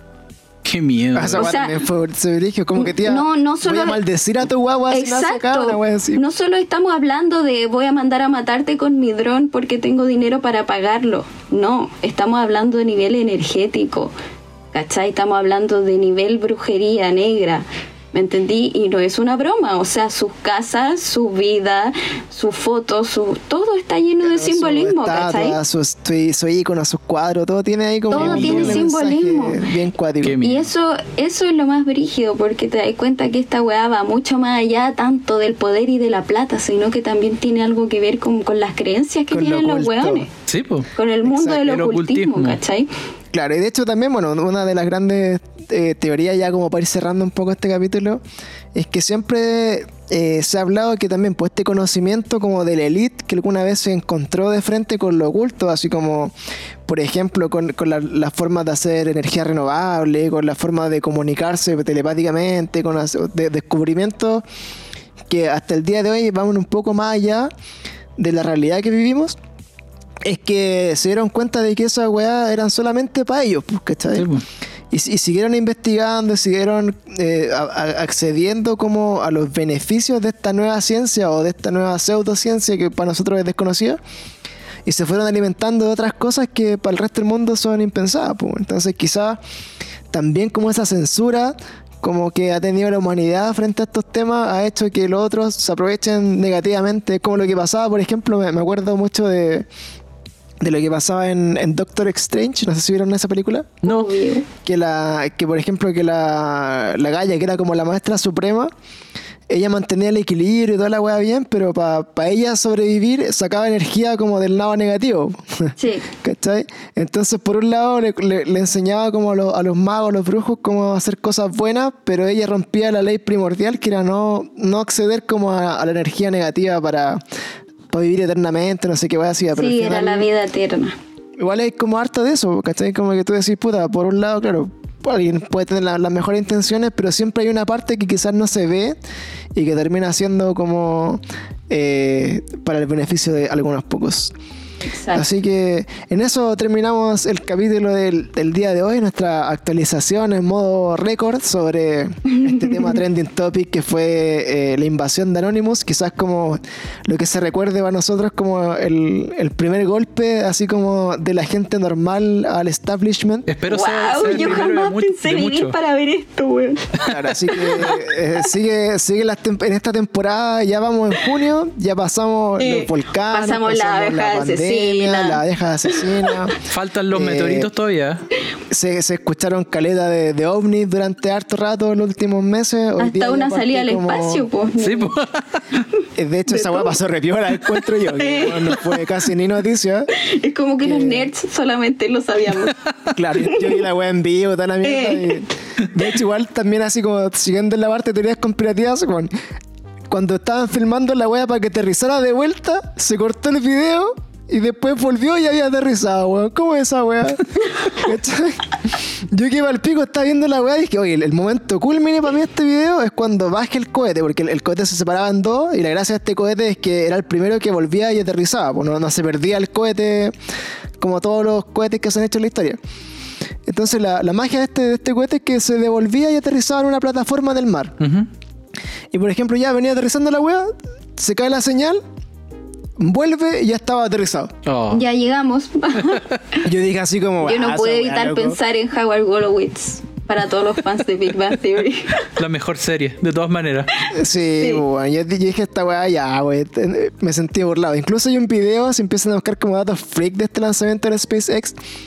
Qué miedo. Ah, esa O weá sea, también fue se dirigió como que tía, no, no solo- voy a maldecir a tu guagua si no hace acá, Exacto. una wea así. No solo estamos hablando de voy a mandar a matarte con mi dron porque tengo dinero para pagarlo. No, estamos hablando de nivel energético. ¿Cachai? Estamos hablando de nivel brujería negra. ¿Me entendí? Y no es una broma. O sea, sus casas, su vida, sus fotos, su, todo está lleno de simbolismo, Su ¿cachai? estatua, su, su, su ícono, sus cuadros, todo tiene ahí como Todo un tiene doble simbolismo. mensaje bien cuático. Qué Y miedo. eso, eso es lo más brígido, porque te das cuenta que esta weá va mucho más allá tanto del poder y de la plata, sino que también tiene algo que ver con, con las creencias que Con lo tienen los oculto. weones, Sí, pues. con el mundo Exacto, del el ocultismo, ocultismo. ¿cachai? Claro, y de hecho también, bueno, una de las grandes eh, teorías, ya como para ir cerrando un poco este capítulo, es que siempre eh, se ha hablado que también, pues este conocimiento como de la élite, que alguna vez se encontró de frente con lo oculto, así como, por ejemplo, con, con la- las formas de hacer energía renovable, con la forma de comunicarse telepáticamente, con las de, descubrimientos que hasta el día de hoy vamos un poco más allá de la realidad que vivimos. Es que se dieron cuenta de que esas weas eran solamente para ellos, pues, ¿cachai? Sí, pues. Y, y siguieron investigando, siguieron eh, a- a- accediendo como a los beneficios de esta nueva ciencia o de esta nueva pseudociencia que para nosotros es desconocida. Y se fueron alimentando de otras cosas que para el resto del mundo son impensadas, pues. Entonces quizás también como esa censura como que ha tenido la humanidad frente a estos temas ha hecho que los otros se aprovechen negativamente, como lo que pasaba, por ejemplo, me, me acuerdo mucho de, de lo que pasaba en, en Doctor Strange, no sé si vieron esa película, No. Obvio. que la que por ejemplo que la, la Gaia, que era como la maestra suprema, ella mantenía el equilibrio y toda la weá bien, pero para ella sobrevivir sacaba energía como del lado negativo. Sí. ¿Cachai? Entonces, por un lado, le, le- le enseñaba como a, los- a los magos, a los brujos, cómo hacer cosas buenas, pero ella rompía la ley primordial, que era no, no acceder como a, a la energía negativa para, para vivir eternamente, no sé qué weá hacía. Pero al Sí, era final- la vida eterna. Igual es como harto de eso, ¿cachai? Como que tú decís, puta, por un lado, claro, alguien puede tener la- las mejores intenciones, pero siempre hay una parte que quizás no se ve y que termina siendo como eh, para el beneficio de algunos pocos. Exacto. Así que en eso terminamos el capítulo del, del día de hoy, nuestra actualización en modo récord sobre este tema trending topic que fue eh, la invasión de Anonymous, quizás como lo que se recuerde para nosotros como el, el primer golpe así como de la gente normal al establishment. Espero sea, Wow, sea el yo primero de jamás mu- pensé de vivir muchos. para ver esto, weón. Claro, así que eh, sigue, sigue las tem- en esta temporada, ya vamos en junio, ya pasamos Sí. los volcanes, Pasamos la abeja asesina. la abeja asesina. Faltan los Eh, meteoritos todavía. Se, se escucharon caleta de, de ovnis durante harto rato en los últimos meses. Hoy día Hasta ya una partí salida al como- espacio, pues. Sí, pues. Eh, De hecho, de esa weá todo. pasó repiola, encuentro yo. Que no, no fue casi ni noticia. Es como que los nerds solamente lo sabíamos. Claro, yo, yo vi la weá en vivo, toda la mierda. Eh. y- de hecho, igual también así como siguiendo en la parte de teorías conspirativas, con- cuando estaban filmando la weá para que aterrizara de vuelta, se cortó el video y después volvió y había aterrizado, weón. ¿Cómo es esa weá? ¿Cachai? Yo que iba al pico, estaba viendo la weá y dije, oye, el, el momento culmine para mí de este video es cuando baje el cohete, porque el, el cohete se separaba en dos y la gracia de este cohete es que era el primero que volvía y aterrizaba, pues no, no se perdía el cohete como todos los cohetes que se han hecho en la historia. Entonces la, la magia de este, de este cohete es que se devolvía y aterrizaba en una plataforma del mar. Ujú. Y por ejemplo ya venía aterrizando la weá, se cae la señal, vuelve y ya estaba aterrizado. Oh. Ya llegamos. Y yo dije así como... Yo no "Ah, puedo esa weá, evitar loco". pensar en Howard Wolowitz para todos los fans de Big Bang Theory. La mejor serie, de todas maneras. Sí, Sí. bueno, yo yo dije esta weá ya, güey, te- me sentí burlado. Incluso hay un video, se empiezan a buscar como datos freak de este lanzamiento del SpaceX,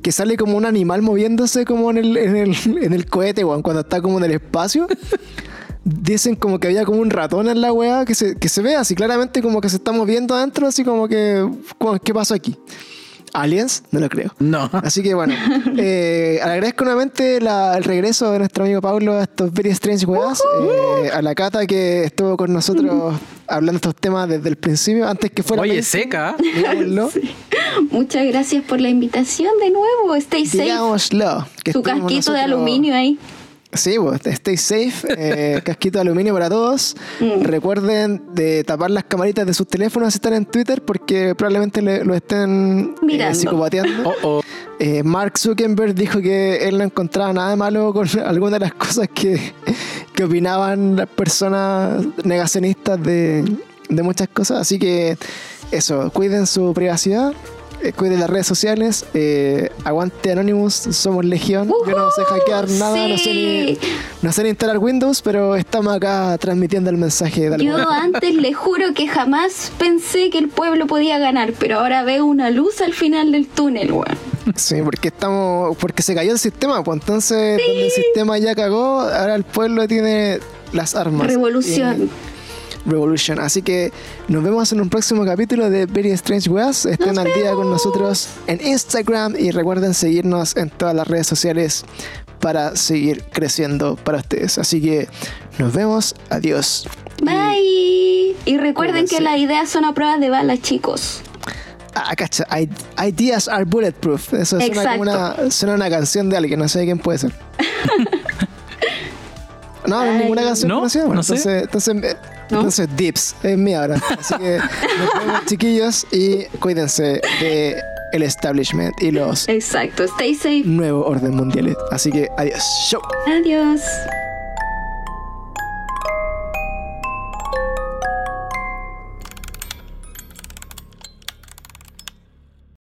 que sale como un animal moviéndose como en el, en el, en el cohete, weón, cuando está como en el espacio. Dicen como que había como un ratón en la weá que se, que se ve así claramente como que se está moviendo adentro, así como que, como, ¿qué pasó aquí? ¿Aliens? No lo creo. No. Así que bueno, eh, agradezco nuevamente la, el regreso de nuestro amigo Pablo a estos Very Strange Weas, eh, a la Cata que estuvo con nosotros hablando de estos temas desde el principio, antes que fuera... Oye, seca. Digámoslo. Sí. Muchas gracias por la invitación de nuevo. Stay safe. Digámoslo. Que Tu estuvimos casquito de nosotros- aluminio ahí. Sí, pues, stay safe, eh, casquito de aluminio para todos. Mm. Recuerden de tapar las camaritas de sus teléfonos si están en Twitter porque probablemente le- lo estén eh, Mirando. psicopateando. Oh, oh. Eh, Mark Zuckerberg dijo que él no encontraba nada de malo con algunas de las cosas que, que opinaban las personas negacionistas de, de muchas cosas. Así que eso, cuiden su privacidad, eh, cuiden las redes sociales, eh, aguante Anonymous, somos legión. Yo no sé hackear nada, no sé ni, Sí. no sé ni instalar Windows, pero estamos acá transmitiendo el mensaje de Yo alguna antes le juro que jamás pensé que el pueblo podía ganar, pero ahora veo una luz al final del túnel, weón. Sí, porque estamos, porque se cayó el sistema, pues entonces donde el sistema ya cagó, ahora el pueblo tiene las armas. Revolución. Y- Revolution. Así que nos vemos en un próximo capítulo de Very Strange Weas. Estén al día con nosotros en Instagram y recuerden seguirnos en todas las redes sociales para seguir creciendo para ustedes. Así que nos vemos. Adiós. Bye. Y recuerden Cuídense. que las ideas son a prueba de balas, chicos. Ah, cacha. I- Ideas are bulletproof. Eso suena Exacto. como una, suena una canción de alguien. No sé quién puede ser. No, no es Ay. ninguna canción No, conocida. Bueno, no sé. entonces, entonces, eh, ¿No? entonces Dips es mía ahora. Así que nos vemos, chiquillos, y cuídense de el establishment y los Exacto. Stay safe. nuevos orden mundiales. Así que adiós. Chau. Adiós.